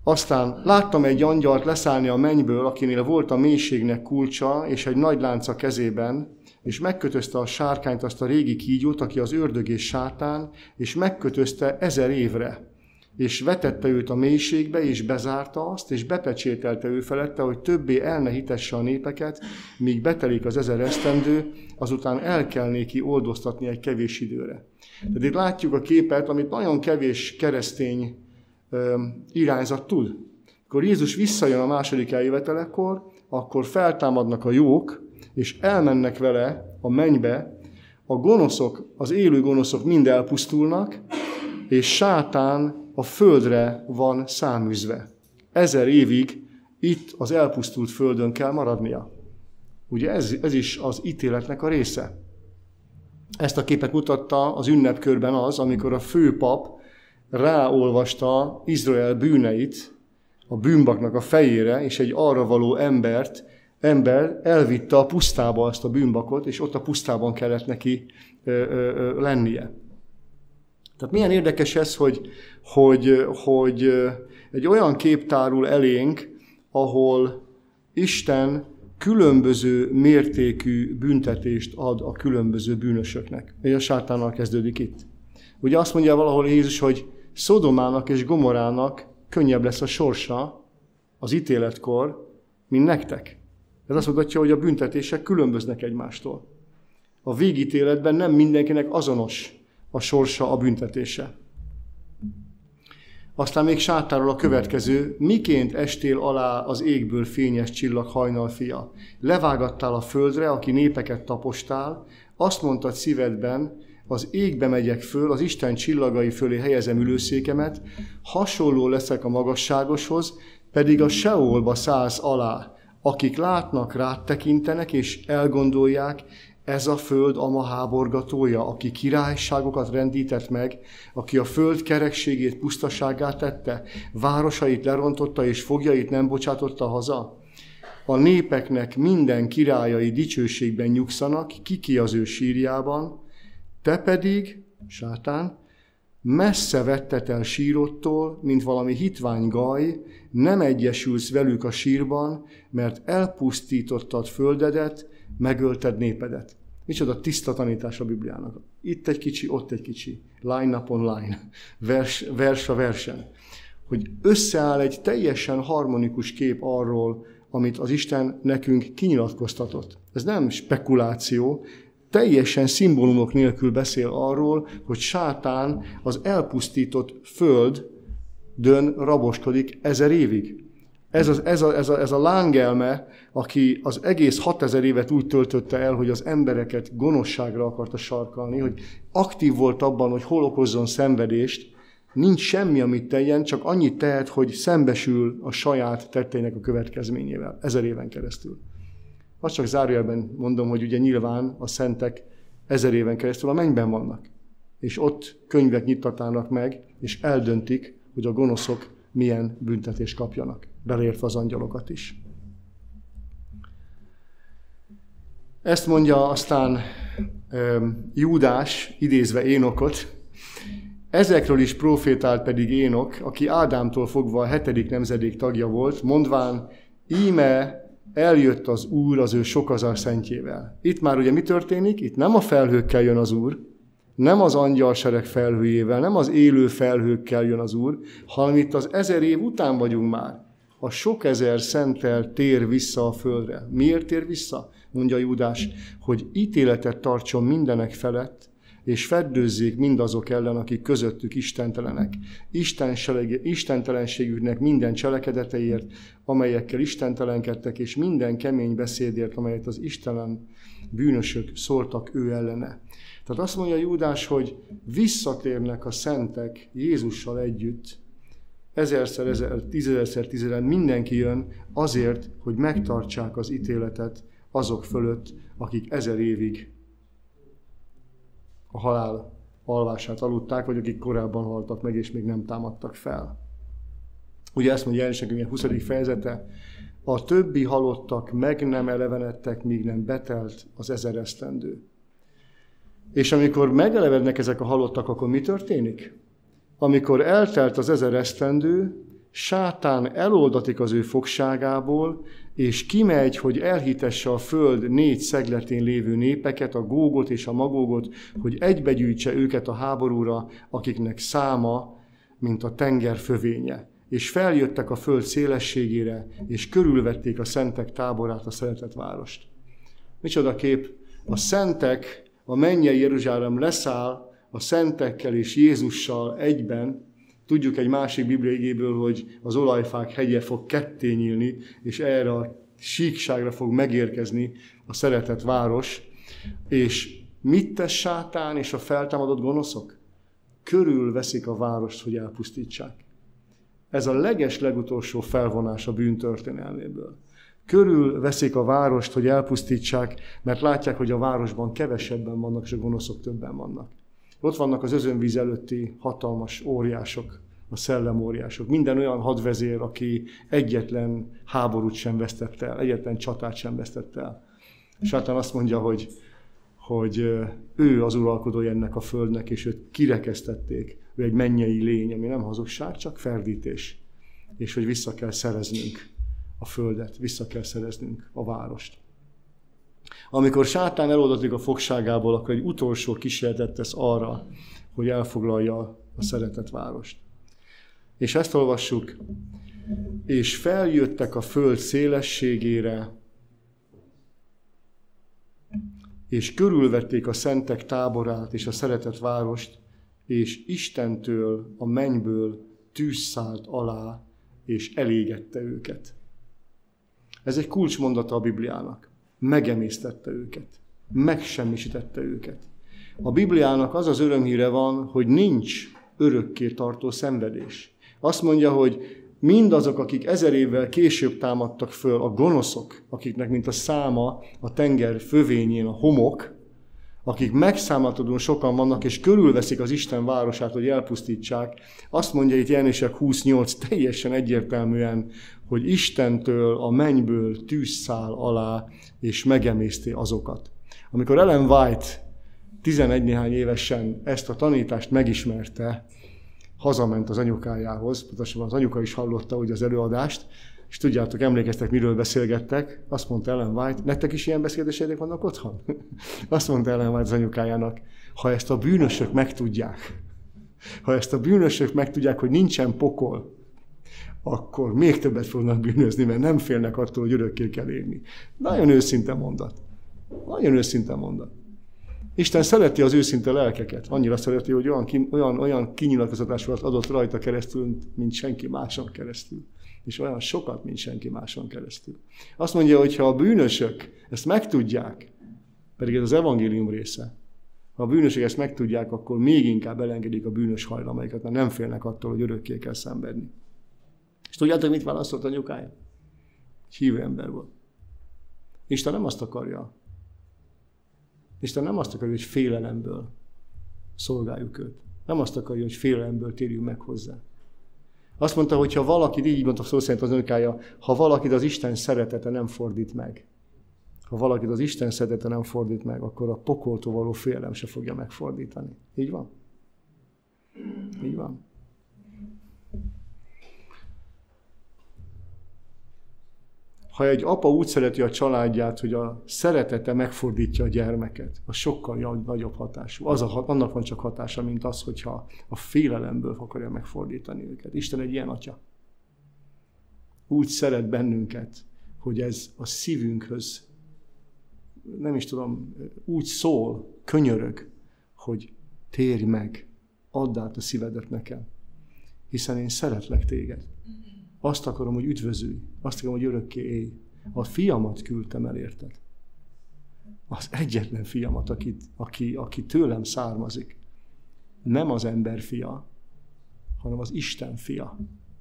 Aztán láttam egy angyalt leszállni a mennyből, akinél volt a mélységnek kulcsa, és egy nagy lánca kezében, és megkötözte a sárkányt, azt a régi kígyót, aki az ördög és sátán, és megkötözte 1000 évre. És vetette őt a mélységbe, és bezárta azt, és bepecsételte ő felette, hogy többé el ne hitesse a népeket, míg betelik az 1000 esztendő, azután el kell néki oldoztatni egy kevés időre. Tehát itt látjuk a képet, amit nagyon kevés keresztény irányzat tud. Akkor Jézus visszajön a második eljövetelekor, akkor feltámadnak a jók, és elmennek vele a mennybe, a gonoszok, az élő gonoszok mind elpusztulnak, és sátán a földre van száműzve. 1000 évig itt az elpusztult földön kell maradnia. Ugye ez is az ítéletnek a része. Ezt a képet mutatta az ünnepkörben az, amikor a főpap ráolvasta Izrael bűneit a bűnbaknak a fejére, és egy arra való ember elvitte a pusztába azt a bűnbakot, és ott a pusztában kellett neki lennie. Tehát milyen érdekes ez, hogy egy olyan kép tárul elénk, ahol Isten különböző mértékű büntetést ad a különböző bűnösöknek. A sátánnal kezdődik itt. Ugye azt mondja valahol Jézus, hogy Szodomának és Gomorának könnyebb lesz a sorsa az ítéletkor, mint nektek. Ez azt mutatja, hogy a büntetések különböznek egymástól. A végítéletben nem mindenkinek azonos a sorsa, a büntetése. Aztán még sátánról a következő, miként estél alá az égből fényes csillag hajnal fia? Levágattál a földre, aki népeket tapostál, azt mondtad szívedben, az égbe megyek föl, az Isten csillagai fölé helyezem ülőszékemet, hasonló leszek a magasságoshoz, pedig a Seolba szállsz alá, akik látnak, rád tekintenek, és elgondolják, ez a föld a ma háborgatója, aki királyságokat rendített meg, aki a föld kerekségét pusztasággá tette, városait lerontotta, és foglyait nem bocsátotta haza. A népeknek minden királyai dicsőségben nyugszanak, ki az ő sírjában, te pedig, sátán, messze vetted el sírodtól, mint valami hitvány gaj, nem egyesülsz velük a sírban, mert elpusztítottad földedet, megölted népedet. Micsoda tiszta tanítás a Bibliának. Itt egy kicsi, ott egy kicsi. Line upon line. Vers a versen. Hogy összeáll egy teljesen harmonikus kép arról, amit az Isten nekünk kinyilatkoztatott. Ez nem spekuláció, teljesen szimbólumok nélkül beszél arról, hogy sátán az elpusztított földön raboskodik 1000 évig. Ez a lángelme, aki az egész 6000 évet úgy töltötte el, hogy az embereket gonoszságra akarta sarkalni, hogy aktív volt abban, hogy hol okozzon szenvedést, nincs semmi, amit tegyen, csak annyit tehet, hogy szembesül a saját tetteinek a következményével 1000 éven keresztül. Azt csak zárójelben mondom, hogy ugye nyilván a szentek 1000 éven keresztül a mennyben vannak. És ott könyvek nyittatának meg, és eldöntik, hogy a gonoszok milyen büntetést kapjanak, beleértve az angyalokat is. Ezt mondja aztán Júdás, idézve Énokot, ezekről is profétált pedig Énok, aki Ádámtól fogva a 7. nemzedék tagja volt, mondván, íme eljött az Úr az ő sokazar szentjével. Itt már ugye mi történik? Itt nem a felhőkkel jön az Úr, nem az angyalsereg felhőjével, nem az élő felhőkkel jön az Úr, hanem itt az 1000 év után vagyunk már. A sok ezer szenttel tér vissza a földre. Miért tér vissza? Mondja Júdás, hogy ítéletet tartson mindenek felett, és feddőzzék mindazok ellen, akik közöttük istentelenek. Istentelenségüknek minden cselekedeteért, amelyekkel istentelenkedtek, és minden kemény beszédért, amelyet az istenen bűnösök szóltak ő ellene. Tehát azt mondja Júdás, hogy visszatérnek a szentek Jézussal együtt, 1000-szer, 10.000-szer, mindenki jön azért, hogy megtartsák az ítéletet azok fölött, akik 1000 évig a halál alvását aludták, vagy akik korábban haltak meg, és még nem támadtak fel. Ugye ezt mondja Jelenések 20. fejezete, a többi halottak meg nem elevenedtek, míg nem betelt az 1000 esztendő. És amikor megelevednek ezek a halottak, akkor mi történik? Amikor eltelt az 1000 esztendő, Sátán eloldatik az ő fogságából, és kimegy, hogy elhitesse a föld 4 szegletén lévő népeket, a Gógot és a Magógot, hogy egybegyűjtse őket a háborúra, akiknek száma, mint a tenger fövénye. És feljöttek a föld szélességére, és körülvették a szentek táborát, a szeretett várost. Micsoda kép! A szentek, a mennyei Jeruzsálem leszáll a szentekkel és Jézussal egyben. Tudjuk egy másik bibliaigéből, hogy az olajfák hegye fog ketté nyílni, és erre a síkságra fog megérkezni a szeretett város. És mit tesz sátán és a feltámadott gonoszok? Körülveszik a várost, hogy elpusztítsák. Ez a legutolsó felvonás a bűn történelméből. Körülveszik a várost, hogy elpusztítsák, mert látják, hogy a városban kevesebben vannak, és a gonoszok többen vannak. Ott vannak az özönvíz előtti hatalmas óriások, a szellemóriások. Minden olyan hadvezér, aki egyetlen háborút sem vesztett el, egyetlen csatát sem vesztett el. Sátán azt mondja, hogy ő az uralkodója ennek a földnek, és őt kirekesztették. Ő egy mennyei lény, ami nem hazugság, csak ferdítés. És hogy vissza kell szereznünk a földet, vissza kell szereznünk a várost. Amikor sátán eloldatik a fogságából, akkor egy utolsó kísérletet tesz arra, hogy elfoglalja a szeretett várost. És ezt olvassuk, és feljöttek a föld szélességére, és körülvették a szentek táborát és a szeretett várost, és Istentől, a mennyből tűz szállt alá, és elégette őket. Ez egy kulcsmondata a Bibliának. Megemésztette őket. Megsemmisítette őket. A Bibliának az az örömhíre van, hogy nincs örökké tartó szenvedés. Azt mondja, hogy mindazok, akik 1000 évvel később támadtak föl, a gonoszok, akiknek mint a száma a tenger fövényén a homok, akik megszámláltatóan sokan vannak, és körülveszik az Isten városát, hogy elpusztítsák, azt mondja itt Jelenések 28 teljesen egyértelműen, hogy Istentől, a mennyből tűz száll alá, és megemészti azokat. Amikor Ellen White 11 néhány évesen ezt a tanítást megismerte, hazament az anyukájához, pontosabban az anyuka is hallotta ugye az előadást, és tudjátok, emlékeztek, miről beszélgettek, azt mondta Ellen White, nektek is ilyen beszélgetéseidek vannak otthon? Azt mondta Ellen White az anyukájának, ha ezt a bűnösök megtudják, hogy nincsen pokol, akkor még többet fognak bűnözni, mert nem félnek attól, hogy örökké kell élni. Nagyon őszinte mondat. Nagyon őszinte mondat. Isten szereti az őszinte lelkeket. Annyira szereti, hogy olyan kinyilatkozatásokat adott rajta keresztül, mint senki máson keresztül. És olyan sokat, mint senki máson keresztül. Azt mondja, hogy ha a bűnösök ezt megtudják, pedig ez az evangélium része, ha a bűnösök ezt megtudják, akkor még inkább elengedik a bűnös hajlamaikat, mert nem félnek attól, hogy örökké kell szenvedni. És tudjátok, mit válaszolt anyukája? Hívő ember volt. Isten nem azt akarja, hogy félelemből szolgáljuk őt. Nem azt akarja, hogy félelemből térjünk meg hozzá. Azt mondta, hogy ha valakit, így mondta szó szerint az anyukája, ha valakit az Isten szeretete nem fordít meg, akkor a pokoltól való félelem se fogja megfordítani. Így van? Így van. Ha egy apa úgy szereti a családját, hogy a szeretete megfordítja a gyermeket, az sokkal nagyobb hatású. Annak van csak hatása, mint az, hogyha a félelemből akarja megfordítani őket. Isten egy ilyen atya. Úgy szeret bennünket, hogy ez a szívünkhöz, nem is tudom, úgy szól, könyörög, hogy térj meg, add át a szívedet nekem, hiszen én szeretlek téged. Azt akarom, hogy üdvözülj. Azt akarom, hogy örökké élj. A fiamat küldtem el, érted? Az egyetlen fiamat, aki tőlem származik. Nem az ember fia, hanem az Isten fia.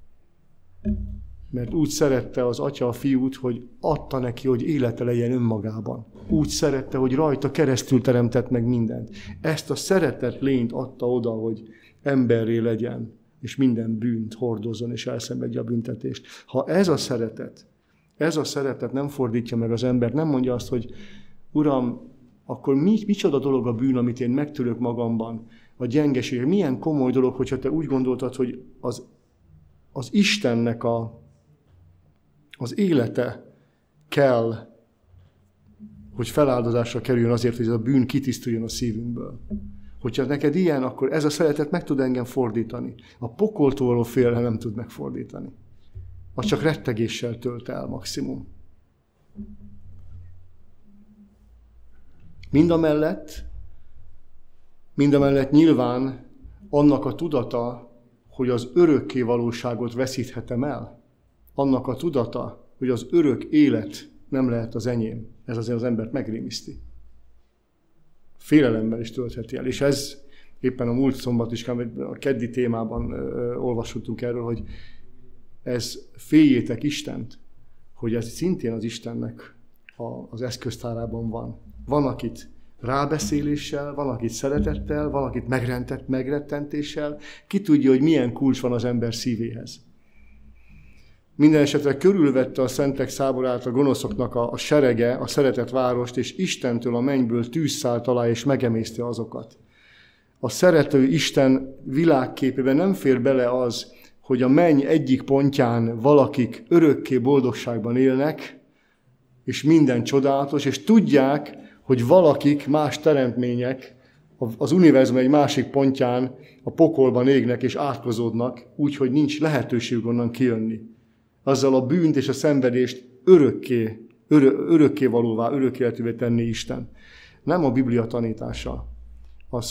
Mert úgy szerette az atya a fiút, hogy adta neki, hogy élete legyen önmagában. Úgy szerette, hogy rajta keresztül teremtett meg mindent. Ezt a szeretett lényt adta oda, hogy emberré legyen, és minden bűnt hordozzon, és elszenvedje a büntetést. Ha ez a szeretet nem fordítja meg az embert, nem mondja azt, hogy Uram, akkor micsoda dolog a bűn, amit én megtörök magamban, a gyengeség, milyen komoly dolog, hogyha te úgy gondoltad, hogy az Istennek az élete kell, hogy feláldozásra kerüljön azért, hogy ez a bűn kitisztuljon a szívünkből. Hogyha neked ilyen, akkor ez a szeretet meg tud engem fordítani. A pokoltól való félelem nem tud megfordítani. Az csak rettegéssel tölt el maximum. Mindamellett nyilván annak a tudata, hogy az örökké valóságot veszíthetem el, annak a tudata, hogy az örök élet nem lehet az enyém, ez azért az embert megrémiszti. Félelemmel is töltheti el. És ez éppen a múlt szombat is, a keddi témában olvashattunk erről, hogy ez féljétek Istent, hogy ez szintén az Istennek az eszköztárában van. Van, akit rábeszéléssel, van, akit szeretettel, van, akit megrettentéssel. Ki tudja, hogy milyen kulcs van az ember szívéhez. Minden esetre körülvette a szentek száborát a gonoszoknak a serege, a szeretett várost, és Istentől a mennyből tűz szállt alá, és megemészte azokat. A szerető Isten világképében nem fér bele az, hogy a menny egyik pontján valakik örökké boldogságban élnek, és minden csodálatos, és tudják, hogy valakik, más teremtmények az univerzum egy másik pontján a pokolban égnek és átkozódnak, úgyhogy nincs lehetőség onnan kijönni. Azzal a bűnt és a szenvedést örökké valóvá, örök életűvé tenni Isten. Nem a Biblia tanítása az,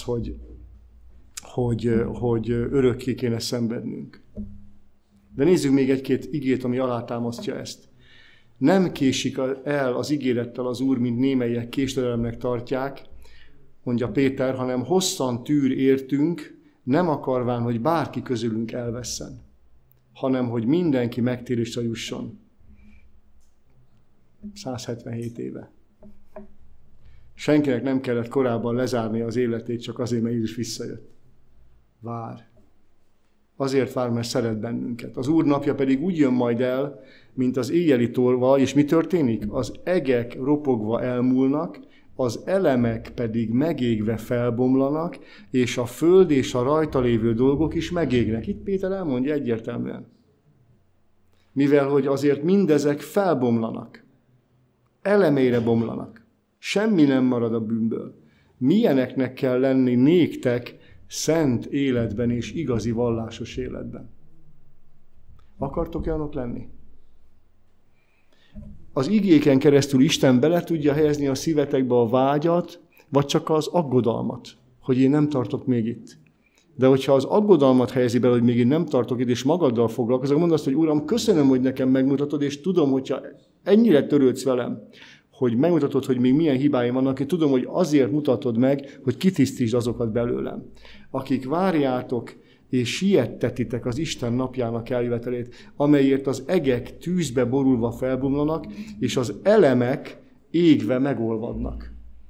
hogy örökké kéne szenvednünk. De nézzük még egy-két igét, ami alátámasztja ezt. Nem késik el az ígérettel az Úr, mint némelyek késledelemnek tartják, mondja Péter, hanem hosszan tűr értünk, nem akarván, hogy bárki közülünk elvesszen, hanem hogy mindenki megtérésre jusson. 177 éve. Senkinek nem kellett korábban lezárni az életét, csak azért, mert Jézus visszajött. Vár. Azért vár, mert szeret bennünket. Az Úr napja pedig úgy jön majd el, mint az éjjeli torva, és mi történik? Az egek ropogva elmúlnak, az elemek pedig megégve felbomlanak, és a föld és a rajta lévő dolgok is megégnek. Itt Péter elmondja egyértelműen. Mivel, hogy azért mindezek felbomlanak, elemére bomlanak, semmi nem marad a bűnből. Milyeneknek kell lenni néktek szent életben és igazi vallásos életben? Akartok olyanok lenni? Az igéken keresztül Isten bele tudja helyezni a szívetekbe a vágyat, vagy csak az aggodalmat, hogy én nem tartok még itt. De hogyha az aggodalmat helyezi bele, hogy még én nem tartok itt, és magaddal foglalkozol, mondd azt, hogy Uram, köszönöm, hogy nekem megmutatod, és tudom, hogyha ennyire törődsz velem, hogy megmutatod, hogy még milyen hibáim vannak, és tudom, hogy azért mutatod meg, hogy kitisztítsd azokat belőlem. Akik várjátok, és siettetitek az Isten napjának eljövetelét, amelyért az egek tűzbe borulva felbomlanak, és az elemek égve megolvadnak.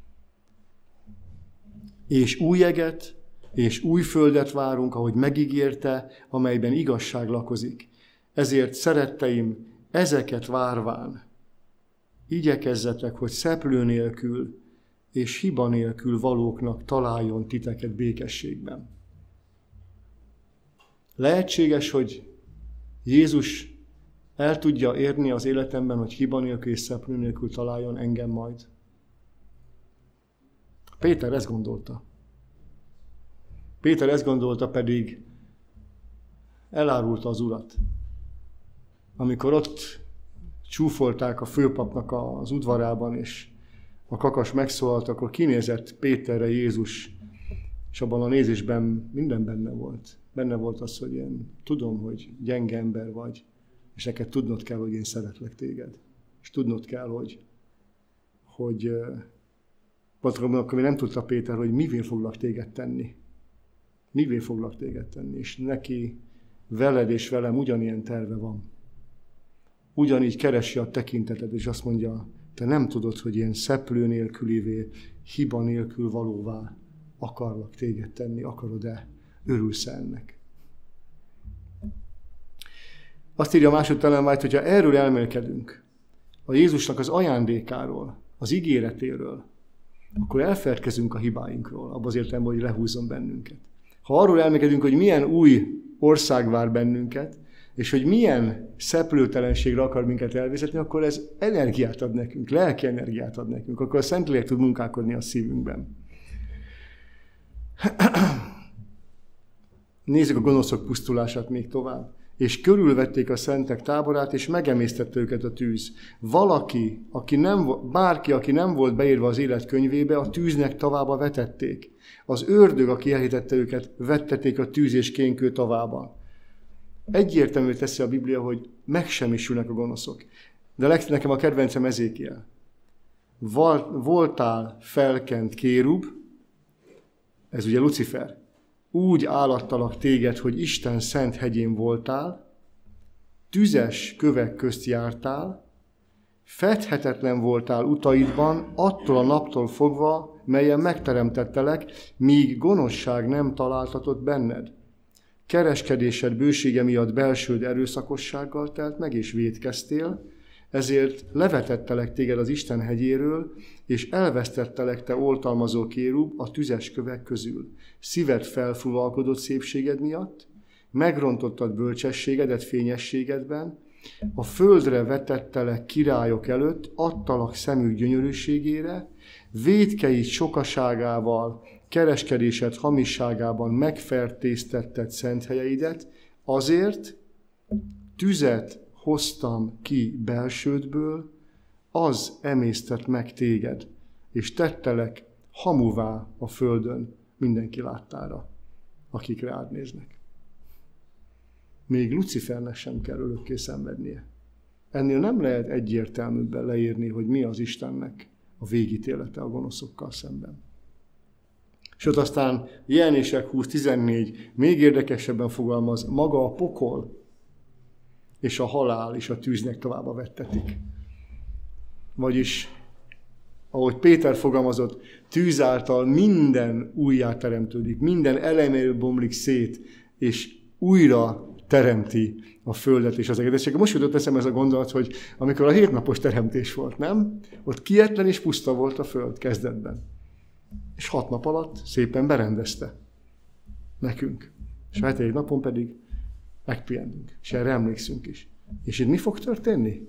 És új eget, és új földet várunk, ahogy megígérte, amelyben igazság lakozik. Ezért, szeretteim, ezeket várván, igyekezzetek, hogy szeplő nélkül és hiba nélkül valóknak találjon titeket békességben. Lehetséges, hogy Jézus el tudja érni az életemben, hogy hiba nélkül és szeplő nélkül találjon engem majd. Péter ezt gondolta. Péter ezt gondolta, pedig elárulta az Urat. Amikor ott csúfolták a főpapnak az udvarában, és a kakas megszólalt, akkor kinézett Péterre Jézus, és abban a nézésben minden benne volt. Benne volt az, hogy én tudom, hogy gyenge ember vagy, és neked tudnod kell, hogy én szeretlek téged. És tudnod kell, hogy akkor még nem tudta Péter, hogy mivé foglak téged tenni. Mivé foglak téged tenni. És neki veled és velem ugyanilyen terve van. Ugyanígy keresi a tekinteted, és azt mondja, te nem tudod, hogy én szeplő nélkülivé, hiba nélkül valóvá akarlak téged tenni. Akarod-e? Örülsz ennek? Azt írja a második tanulmányt, hogyha erről elmélkedünk, a Jézusnak az ajándékáról, az ígéretéről, akkor elfeledkezünk a hibáinkról, abban az értelemben, hogy lehúzzon bennünket. Ha arról elmélkedünk, hogy milyen új ország vár bennünket, és hogy milyen szeplőtelenségre akar minket elvezetni, akkor ez energiát ad nekünk, lelki energiát ad nekünk, akkor a Szentlélek tud munkálkodni a szívünkben. Nézzük a gonoszok pusztulását még tovább. És körülvették a szentek táborát, és megemésztette őket a tűz. Bárki, aki nem volt beírva az élet könyvébe, a tűznek tavába vetették. Az ördög, aki elhitette őket, vettették a tűz és kénkő tavában. Egyértelmű teszi a Biblia, hogy megsemmisülnek a gonoszok. De nekem a kedvencem Ezékiel. Voltál felkent kérub, ez ugye Lucifer, úgy állattalak téged, hogy Isten szent hegyén voltál, tüzes kövek közt jártál, fedhetetlen voltál utaidban, attól a naptól fogva, melyen megteremtettelek, míg gonoszság nem találtatott benned. Kereskedésed bősége miatt belsőd erőszakossággal telt meg, és vétkeztél, ezért levetettelek téged az Isten hegyéről, és elvesztettelek te oltalmazó kérub a tüzes kövek közül. Szíved felfúvalkodott szépséged miatt, megrontottad bölcsességedet fényességedben, a földre vetettelek királyok előtt, adtalak szemük gyönyörűségére, vétkeid sokaságával, kereskedésed hamisságában megfertéztetted szent helyeidet, azért tüzet hoztam ki belsődből, az emésztett meg téged, és tettelek hamuvá a földön mindenki láttára, akik rád néznek. Még Lucifernek sem kell örökké szenvednie. Ennél nem lehet egyértelműbben leírni, hogy mi az Istennek a végítélete a gonoszokkal szemben. Sőt, aztán Jelenések 20:14 még érdekesebben fogalmaz, maga a pokol és a halál és a tűznek tovább vettetik. Vagyis, ahogy Péter fogalmazott, tűz által minden újjá teremtődik, minden eleméről bomlik szét, és újra teremti a földet és az egészet. És most jutott eszembe ez a gondolat, hogy amikor a 7 napos teremtés volt, nem? Ott kietlen és puszta volt a föld kezdetben. És 6 nap alatt szépen berendezte nekünk. És a 7. napon pedig megpihentünk. És erre emlékszünk is. És itt mi fog történni?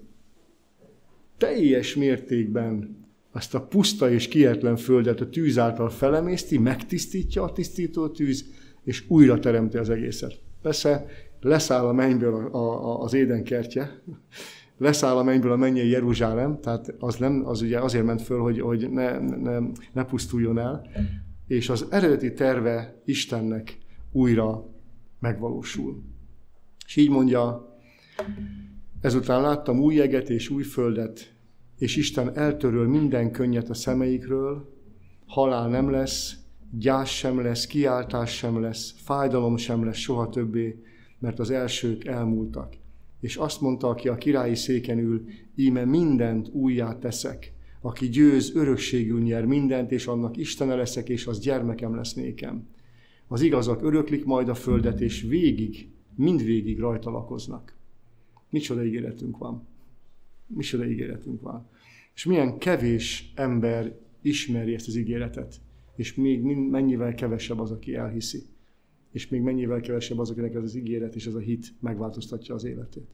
Teljes mértékben azt a puszta és kietlen földet a tűz által felemészti, megtisztítja a tisztító tűz, és újra teremti az egészet. Persze leszáll a mennyből az Éden kertje, leszáll a mennyből a mennyei Jeruzsálem, tehát az ugye azért ment föl, hogy ne pusztuljon el, és az eredeti terve Istennek újra megvalósul. És így mondja, ezután láttam új jeget és új földet, és Isten eltöröl minden könnyet a szemeikről, halál nem lesz, gyász sem lesz, kiáltás sem lesz, fájdalom sem lesz soha többé, mert az elsők elmúltak. És azt mondta, aki a királyi széken ül, íme mindent újjá teszek, aki győz, örökségül nyer mindent, és annak Istene leszek, és az gyermekem lesz nékem. Az igazak öröklik majd a földet, és mindvégig rajta lakoznak. Micsoda ígéretünk van. Micsoda ígéretünk van. És milyen kevés ember ismeri ezt az ígéretet, és még mennyivel kevesebb az, aki elhiszi. És még mennyivel kevesebb az, akinek ez az ígéret és ez a hit megváltoztatja az életét.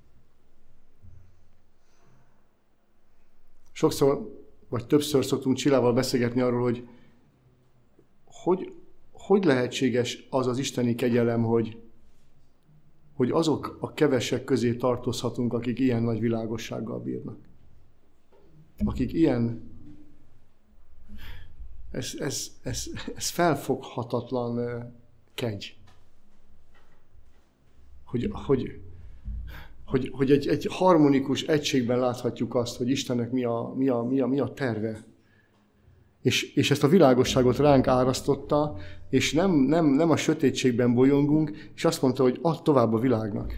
Sokszor, vagy többször szoktunk Csillával beszélgetni arról, hogy lehetséges az az isteni kegyelem, hogy azok a kevesek közé tartozhatunk, akik ilyen nagy világossággal bírnak. Akik ilyen... Ez felfoghatatlan kegy. Hogy egy harmonikus egységben láthatjuk azt, hogy Istennek mi a terve. És ezt a világosságot ránk árasztotta, és nem a sötétségben bolyongunk, és azt mondta, hogy add tovább a világnak.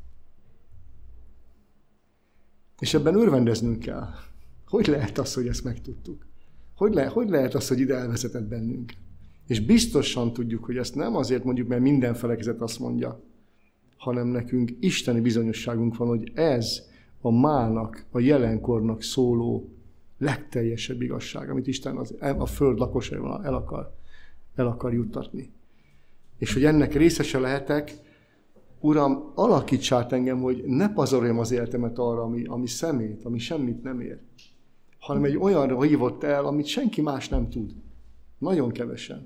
És ebben örvendeznünk kell. Hogy lehet az, hogy ezt megtudtuk? Hogy lehet az, hogy ide elvezetett bennünk? És biztosan tudjuk, hogy ezt nem azért mondjuk, mert minden felekezet azt mondja, hanem nekünk isteni bizonyosságunk van, hogy ez a mának, a jelenkornak szóló legteljesebb igazság, amit Isten a föld lakosaival el akar juttatni. És hogy ennek részese lehetek, Uram, alakíts át engem, hogy ne pazaroljam az életemet arra, ami szemét, ami semmit nem ér, hanem egy olyanra hívott el, amit senki más nem tud. Nagyon kevesen.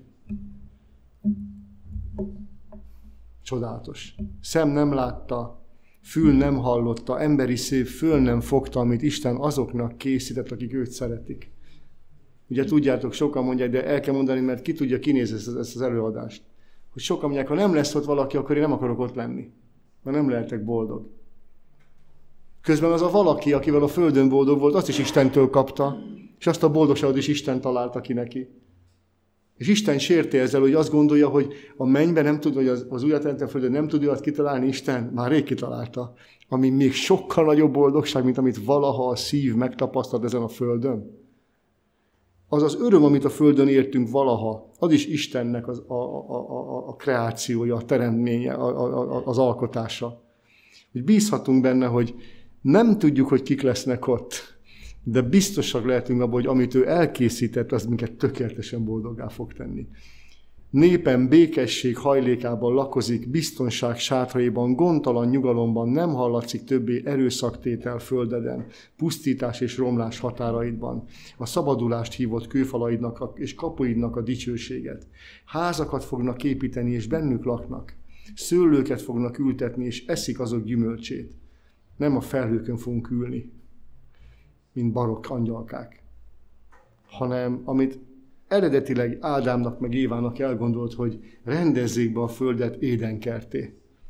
Csodálatos. Szem nem látta, fül nem hallotta, emberi szív föl nem fogta, amit Isten azoknak készített, akik őt szeretik. Ugye tudjátok, sokan mondják, de el kell mondani, mert ki tudja, kinézni ezt az előadást. Hogy sokan mondják, ha nem lesz ott valaki, akkor én nem akarok ott lenni. Mert nem lehetek boldog. Közben az a valaki, akivel a földön boldog volt, azt is Istentől kapta, és azt a boldogságot is Isten találta ki neki. És Isten sérti ezzel, hogy azt gondolja, hogy a mennyben nem tud, vagy az újjáteremtett földön nem tudja azt kitalálni, Isten már rég kitalálta, ami még sokkal nagyobb boldogság, mint amit valaha a szív megtapasztalt ezen a földön. Az az öröm, amit a földön értünk valaha, az is Istennek a kreációja, a teremtménye, az alkotása. Hogy bízhatunk benne, hogy nem tudjuk, hogy kik lesznek ott, de biztosak lehetünk abban, hogy amit ő elkészített, az minket tökéletesen boldoggá fog tenni. Népem békesség hajlékában lakozik, biztonság sátraiban, gondtalan nyugalomban, nem hallatszik többé erőszaktétel földeden, pusztítás és romlás határaidban, a szabadulást hívott kőfalaidnak és kapuidnak a dicsőséget. Házakat fognak építeni, és bennük laknak. Szőlőket fognak ültetni, és eszik azok gyümölcsét. Nem a felhőkön fogunk ülni, mint barokk angyalkák, hanem amit eredetileg Ádámnak meg Évának elgondolt, hogy rendezzék be a földet édenkertté.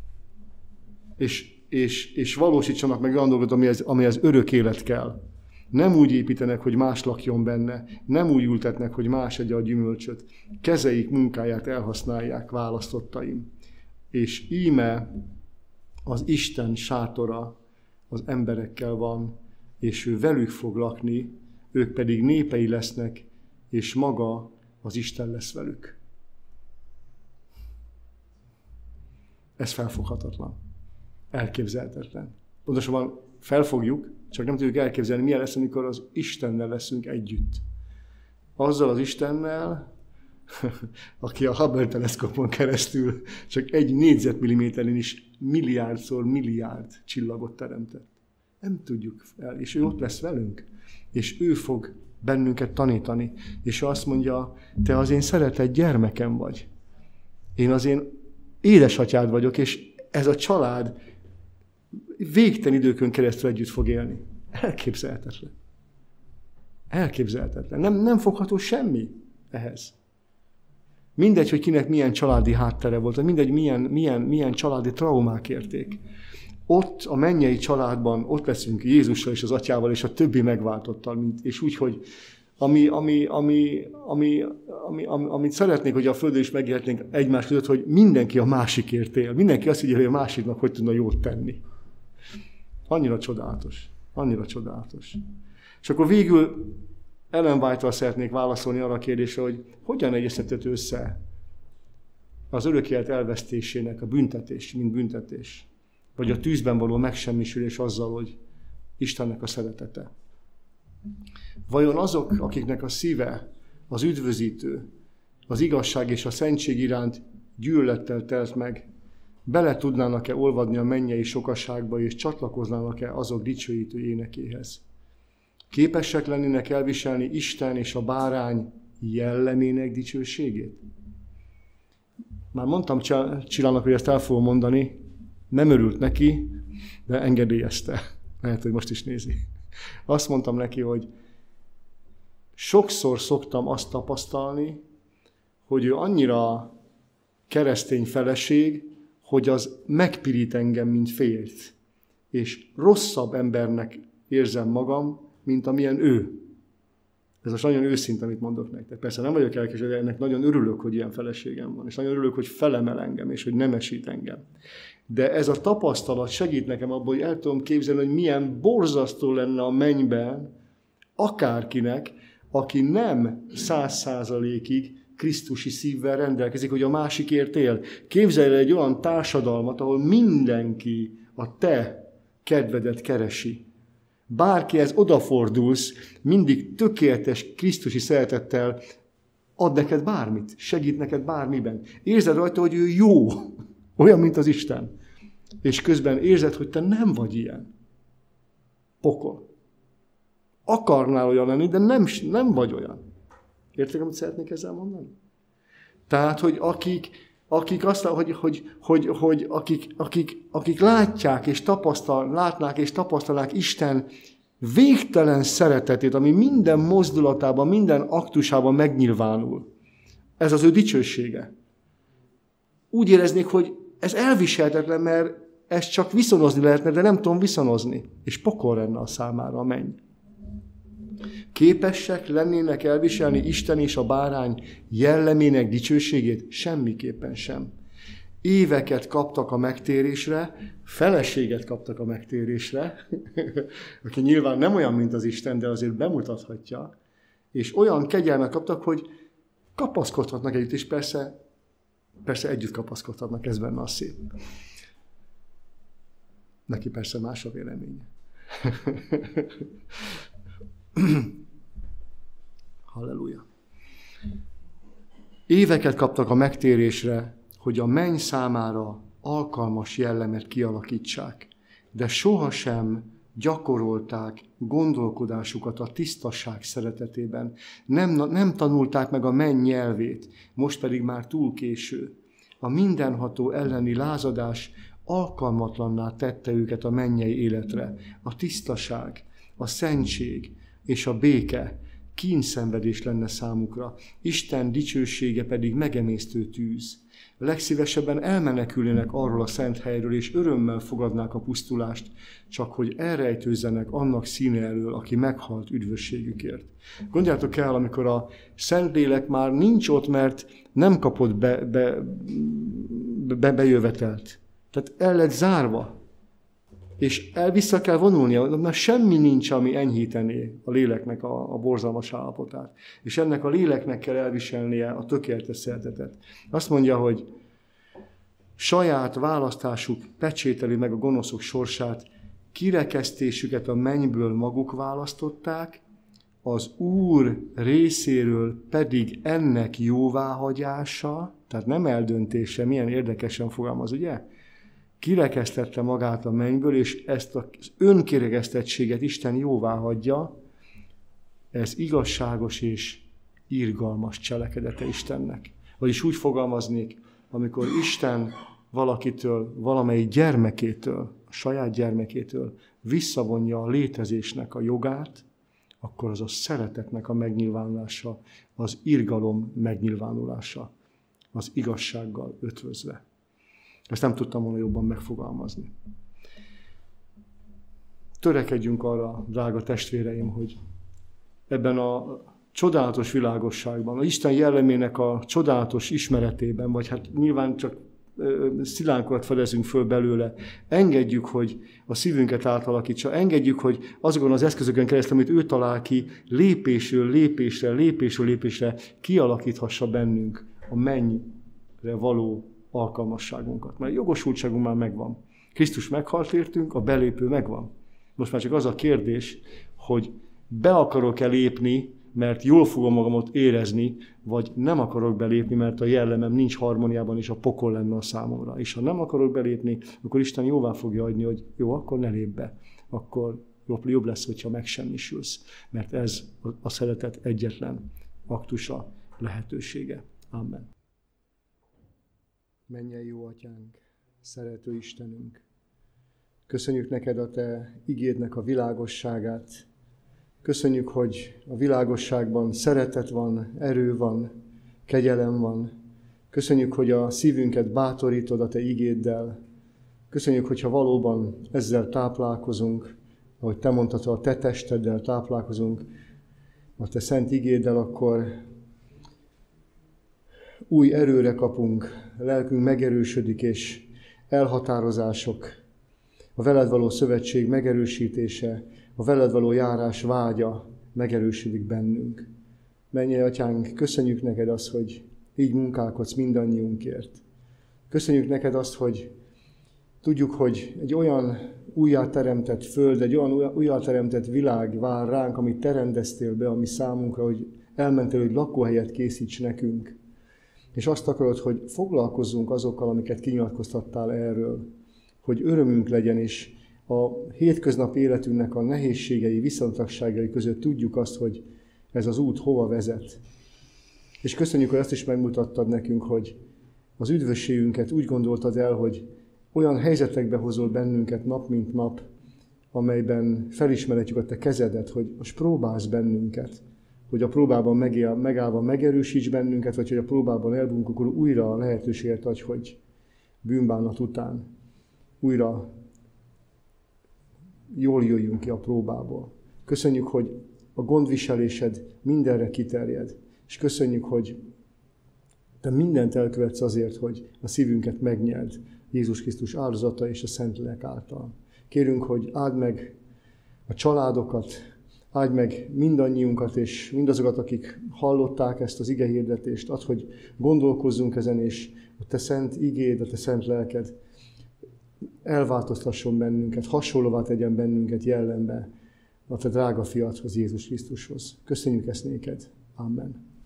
És valósítsanak meg olyan dolgot, amihez örök élet kell. Nem úgy építenek, hogy más lakjon benne, nem úgy ültetnek, hogy más egye a gyümölcsöt. Kezeik munkáját elhasználják, választottaim. És íme az Isten sátora az emberekkel van, és ő velük fog lakni, ők pedig népei lesznek, és maga az Isten lesz velük. Ez felfoghatatlan. Elképzelhetetlen. Pontosabban felfogjuk, csak nem tudjuk elképzelni, milyen lesz, amikor az Istennel leszünk együtt. Azzal az Istennel, aki a Hubble teleszkópon keresztül csak 1 négyzetmilliméteren is milliárdszor milliárd csillagot teremtett. Nem tudjuk el, és ő ott lesz velünk, és ő fog bennünket tanítani, és azt mondja, te az én szeretett gyermekem vagy. Én az én édesatyád vagyok, és ez a család végtelen időkön keresztül együtt fog élni. Elképzelhetetlen. Elképzelhetetlen. Nem fogható semmi ehhez. Mindegy, hogy kinek milyen családi háttere volt, mindegy, milyen családi traumák érték. Ott a mennyei családban, ott leszünk Jézussal és az Atyával és a többi megváltottal, és úgy, hogy amit szeretnék, hogy a Földön is megélhetnénk egymás között, hogy mindenki a másikért él. Mindenki azt figyeli, hogy a másiknak hogy tudna jót tenni. Annyira csodálatos. Annyira csodálatos. És akkor végül Ellen White-val szeretnék válaszolni arra a kérdésre, hogy hogyan egyeztethető össze az örök élet elvesztésének a büntetés, mint büntetés, vagy a tűzben való megsemmisülés azzal, hogy Istennek a szeretete. Vajon azok, akiknek a szíve az üdvözítő, az igazság és a szentség iránt gyűlölettel telt meg, bele tudnának-e olvadni a mennyei sokaságba, és csatlakoznának-e azok dicsőítő énekéhez? Képesek lennének elviselni Isten és a bárány jellemének dicsőségét? Már mondtam Csillának, hogy ezt el fogom mondani, nem örült neki, de engedélyezte. Lehet, hogy most is nézi. Azt mondtam neki, hogy sokszor szoktam azt tapasztalni, hogy ő annyira keresztény feleség, hogy az megpirít engem, mint férjt. És rosszabb embernek érzem magam, mint amilyen ő. Ez most nagyon őszinte, amit mondok nektek. Persze nem vagyok elkezdve, de ennek nagyon örülök, hogy ilyen feleségem van. És nagyon örülök, hogy felemel engem, és hogy nemesít engem. De ez a tapasztalat segít nekem abban, hogy el tudom képzelni, hogy milyen borzasztó lenne a mennyben akárkinek, aki nem 100%-ig krisztusi szívvel rendelkezik, hogy a másikért él. Képzelj el egy olyan társadalmat, ahol mindenki a te kedvedet keresi. Bárkihez odafordulsz, mindig tökéletes krisztusi szeretettel ad neked bármit, segít neked bármiben. Érzed rajta, hogy ő jó, olyan, mint az Isten. és közben érzed, hogy te nem vagy ilyen. Pokol. Akarnál olyan lenni, de nem vagy olyan. Értek, amit szeretnék ezzel mondani? Tehát, hogy akik azt hogy akik látják és látnák és tapasztalnák Isten végtelen szeretetét, ami minden mozdulatában, minden aktusában megnyilvánul. Ez az ő dicsősége. Úgy éreznék, hogy ez elviselhetetlen, mert ezt csak viszonozni lehetne, de nem tudom viszonozni. És pokol lenne a számára a menny. Képesek lennének elviselni Isten és a bárány jellemének dicsőségét? Semmiképpen sem. Éveket kaptak a megtérésre, feleséget kaptak a megtérésre, aki nyilván nem olyan, mint az Isten, de azért bemutathatja, és olyan kegyelmet kaptak, hogy kapaszkodhatnak együtt, és persze együtt kapaszkodhatnak, ez benne a szép. Neki persze más a véleménye. Halleluja. Éveket kaptak a megtérésre, hogy a menny számára alkalmas jellemet kialakítsák, de sohasem gyakorolták gondolkodásukat a tisztasság szeretetében. Nem tanulták meg a menny nyelvét, most pedig már túl késő. A mindenható elleni lázadás alkalmatlanná tette őket a mennyei életre. A tisztaság, a szentség és a béke kínszenvedés lenne számukra, Isten dicsősége pedig megemésztő tűz. Legszívesebben elmenekülnének arról a szent helyről, és örömmel fogadnák a pusztulást, csak hogy elrejtőzzenek annak színe elől, aki meghalt üdvösségükért. Gondoljátok el, amikor a Szentlélek már nincs ott, mert nem kapott bejövetelt. Tehát el lett zárva, és vissza kell vonulnia, mert semmi nincs, ami enyhítené a léleknek a borzalmas állapotát. És ennek a léleknek kell elviselnie a tökéletes szeretetet. Azt mondja, hogy saját választásuk pecsételi meg a gonoszok sorsát, kirekesztésüket a mennyből maguk választották, az Úr részéről pedig ennek jóváhagyása, tehát nem eldöntése, milyen érdekesen fogalmaz, ugye? Kirekesztette magát a mennyből, és ezt az önkirekesztettséget Isten jóváhagyja, ez igazságos és irgalmas cselekedete Istennek. Vagyis úgy fogalmaznék, amikor Isten valakitől, valamelyik gyermekétől, a saját gyermekétől visszavonja a létezésnek a jogát, akkor az a szeretetnek a megnyilvánulása, az irgalom megnyilvánulása, az igazsággal ötvözve. Ezt nem tudtam volna jobban megfogalmazni. Törekedjünk arra, drága testvéreim, hogy ebben a csodálatos világosságban, az Isten jellemének a csodálatos ismeretében, vagy hát nyilván csak szilánkokat fedezünk föl belőle, engedjük, hogy a szívünket átalakítsa, engedjük, hogy azokon az eszközökön keresztül, amit ő talál ki, lépésről lépésre kialakíthassa bennünk a mennyre való alkalmasságunkat. Mert a jogosultságunk már megvan. Krisztus meghalt értünk, a belépő megvan. Most már csak az a kérdés, hogy be akarok-e lépni, mert jól fogom magamot érezni, vagy nem akarok belépni, mert a jellemem nincs harmóniában, és a pokol lenne a számomra. És ha nem akarok belépni, akkor Isten jóvá fogja adni, hogy jó, akkor ne lép be. Akkor jobb lesz, hogyha megsemmisülsz. Mert ez a szeretet egyetlen aktusa, lehetősége. Amen. Mennyei jó Atyánk, szerető Istenünk! Köszönjük neked a te igédnek a világosságát. Köszönjük, hogy a világosságban szeretet van, erő van, kegyelem van. Köszönjük, hogy a szívünket bátorítod a te igéddel. Köszönjük, hogyha valóban ezzel táplálkozunk, ahogy te mondtad, a te testeddel táplálkozunk, a te szent igéddel, akkor új erőre kapunk, lelkünk megerősödik, és elhatározások, a veled való szövetség megerősítése, a veled való járás vágya megerősödik bennünk. Mennyei Atyánk, köszönjük neked azt, hogy így munkálkodsz mindannyiunkért. Köszönjük neked azt, hogy tudjuk, hogy egy olyan újjáteremtett föld, egy olyan újjáteremtett világ vár ránk, amit te rendeztél be a mi számunkra, hogy elmentél, hogy lakóhelyet készíts nekünk. És azt akarod, hogy foglalkozzunk azokkal, amiket kinyilatkoztattál erről. hogy örömünk legyen, és a hétköznap életünknek a nehézségei, viszontagságai között tudjuk azt, hogy ez az út hova vezet. És köszönjük, hogy azt is megmutattad nekünk, hogy az üdvösségünket úgy gondoltad el, hogy olyan helyzetekbe hozol bennünket nap mint nap, amelyben felismerhetjük a te kezedet, hogy most próbálsz bennünket, hogy a próbában megállva megerősíts bennünket, vagy hogy a próbában elbukunk, akkor újra a lehetőséget adj, hogy bűnbánat után újra jól jöjjünk ki a próbából. Köszönjük, hogy a gondviselésed mindenre kiterjed, és köszönjük, hogy te mindent elkövetsz azért, hogy a szívünket megnyerd Jézus Krisztus áldozata és a Szentlélek által. Kérünk, hogy áld meg a családokat, áld meg mindannyiunkat, és mindazokat, akik hallották ezt az igehirdetést, add, hogy gondolkozzunk ezen, és a te szent igéd, a te szent lelked elváltoztasson bennünket, hasonlóvá tegyen bennünket jellembe a te drága fiadhoz, Jézus Krisztushoz. Köszönjük ezt néked. Amen.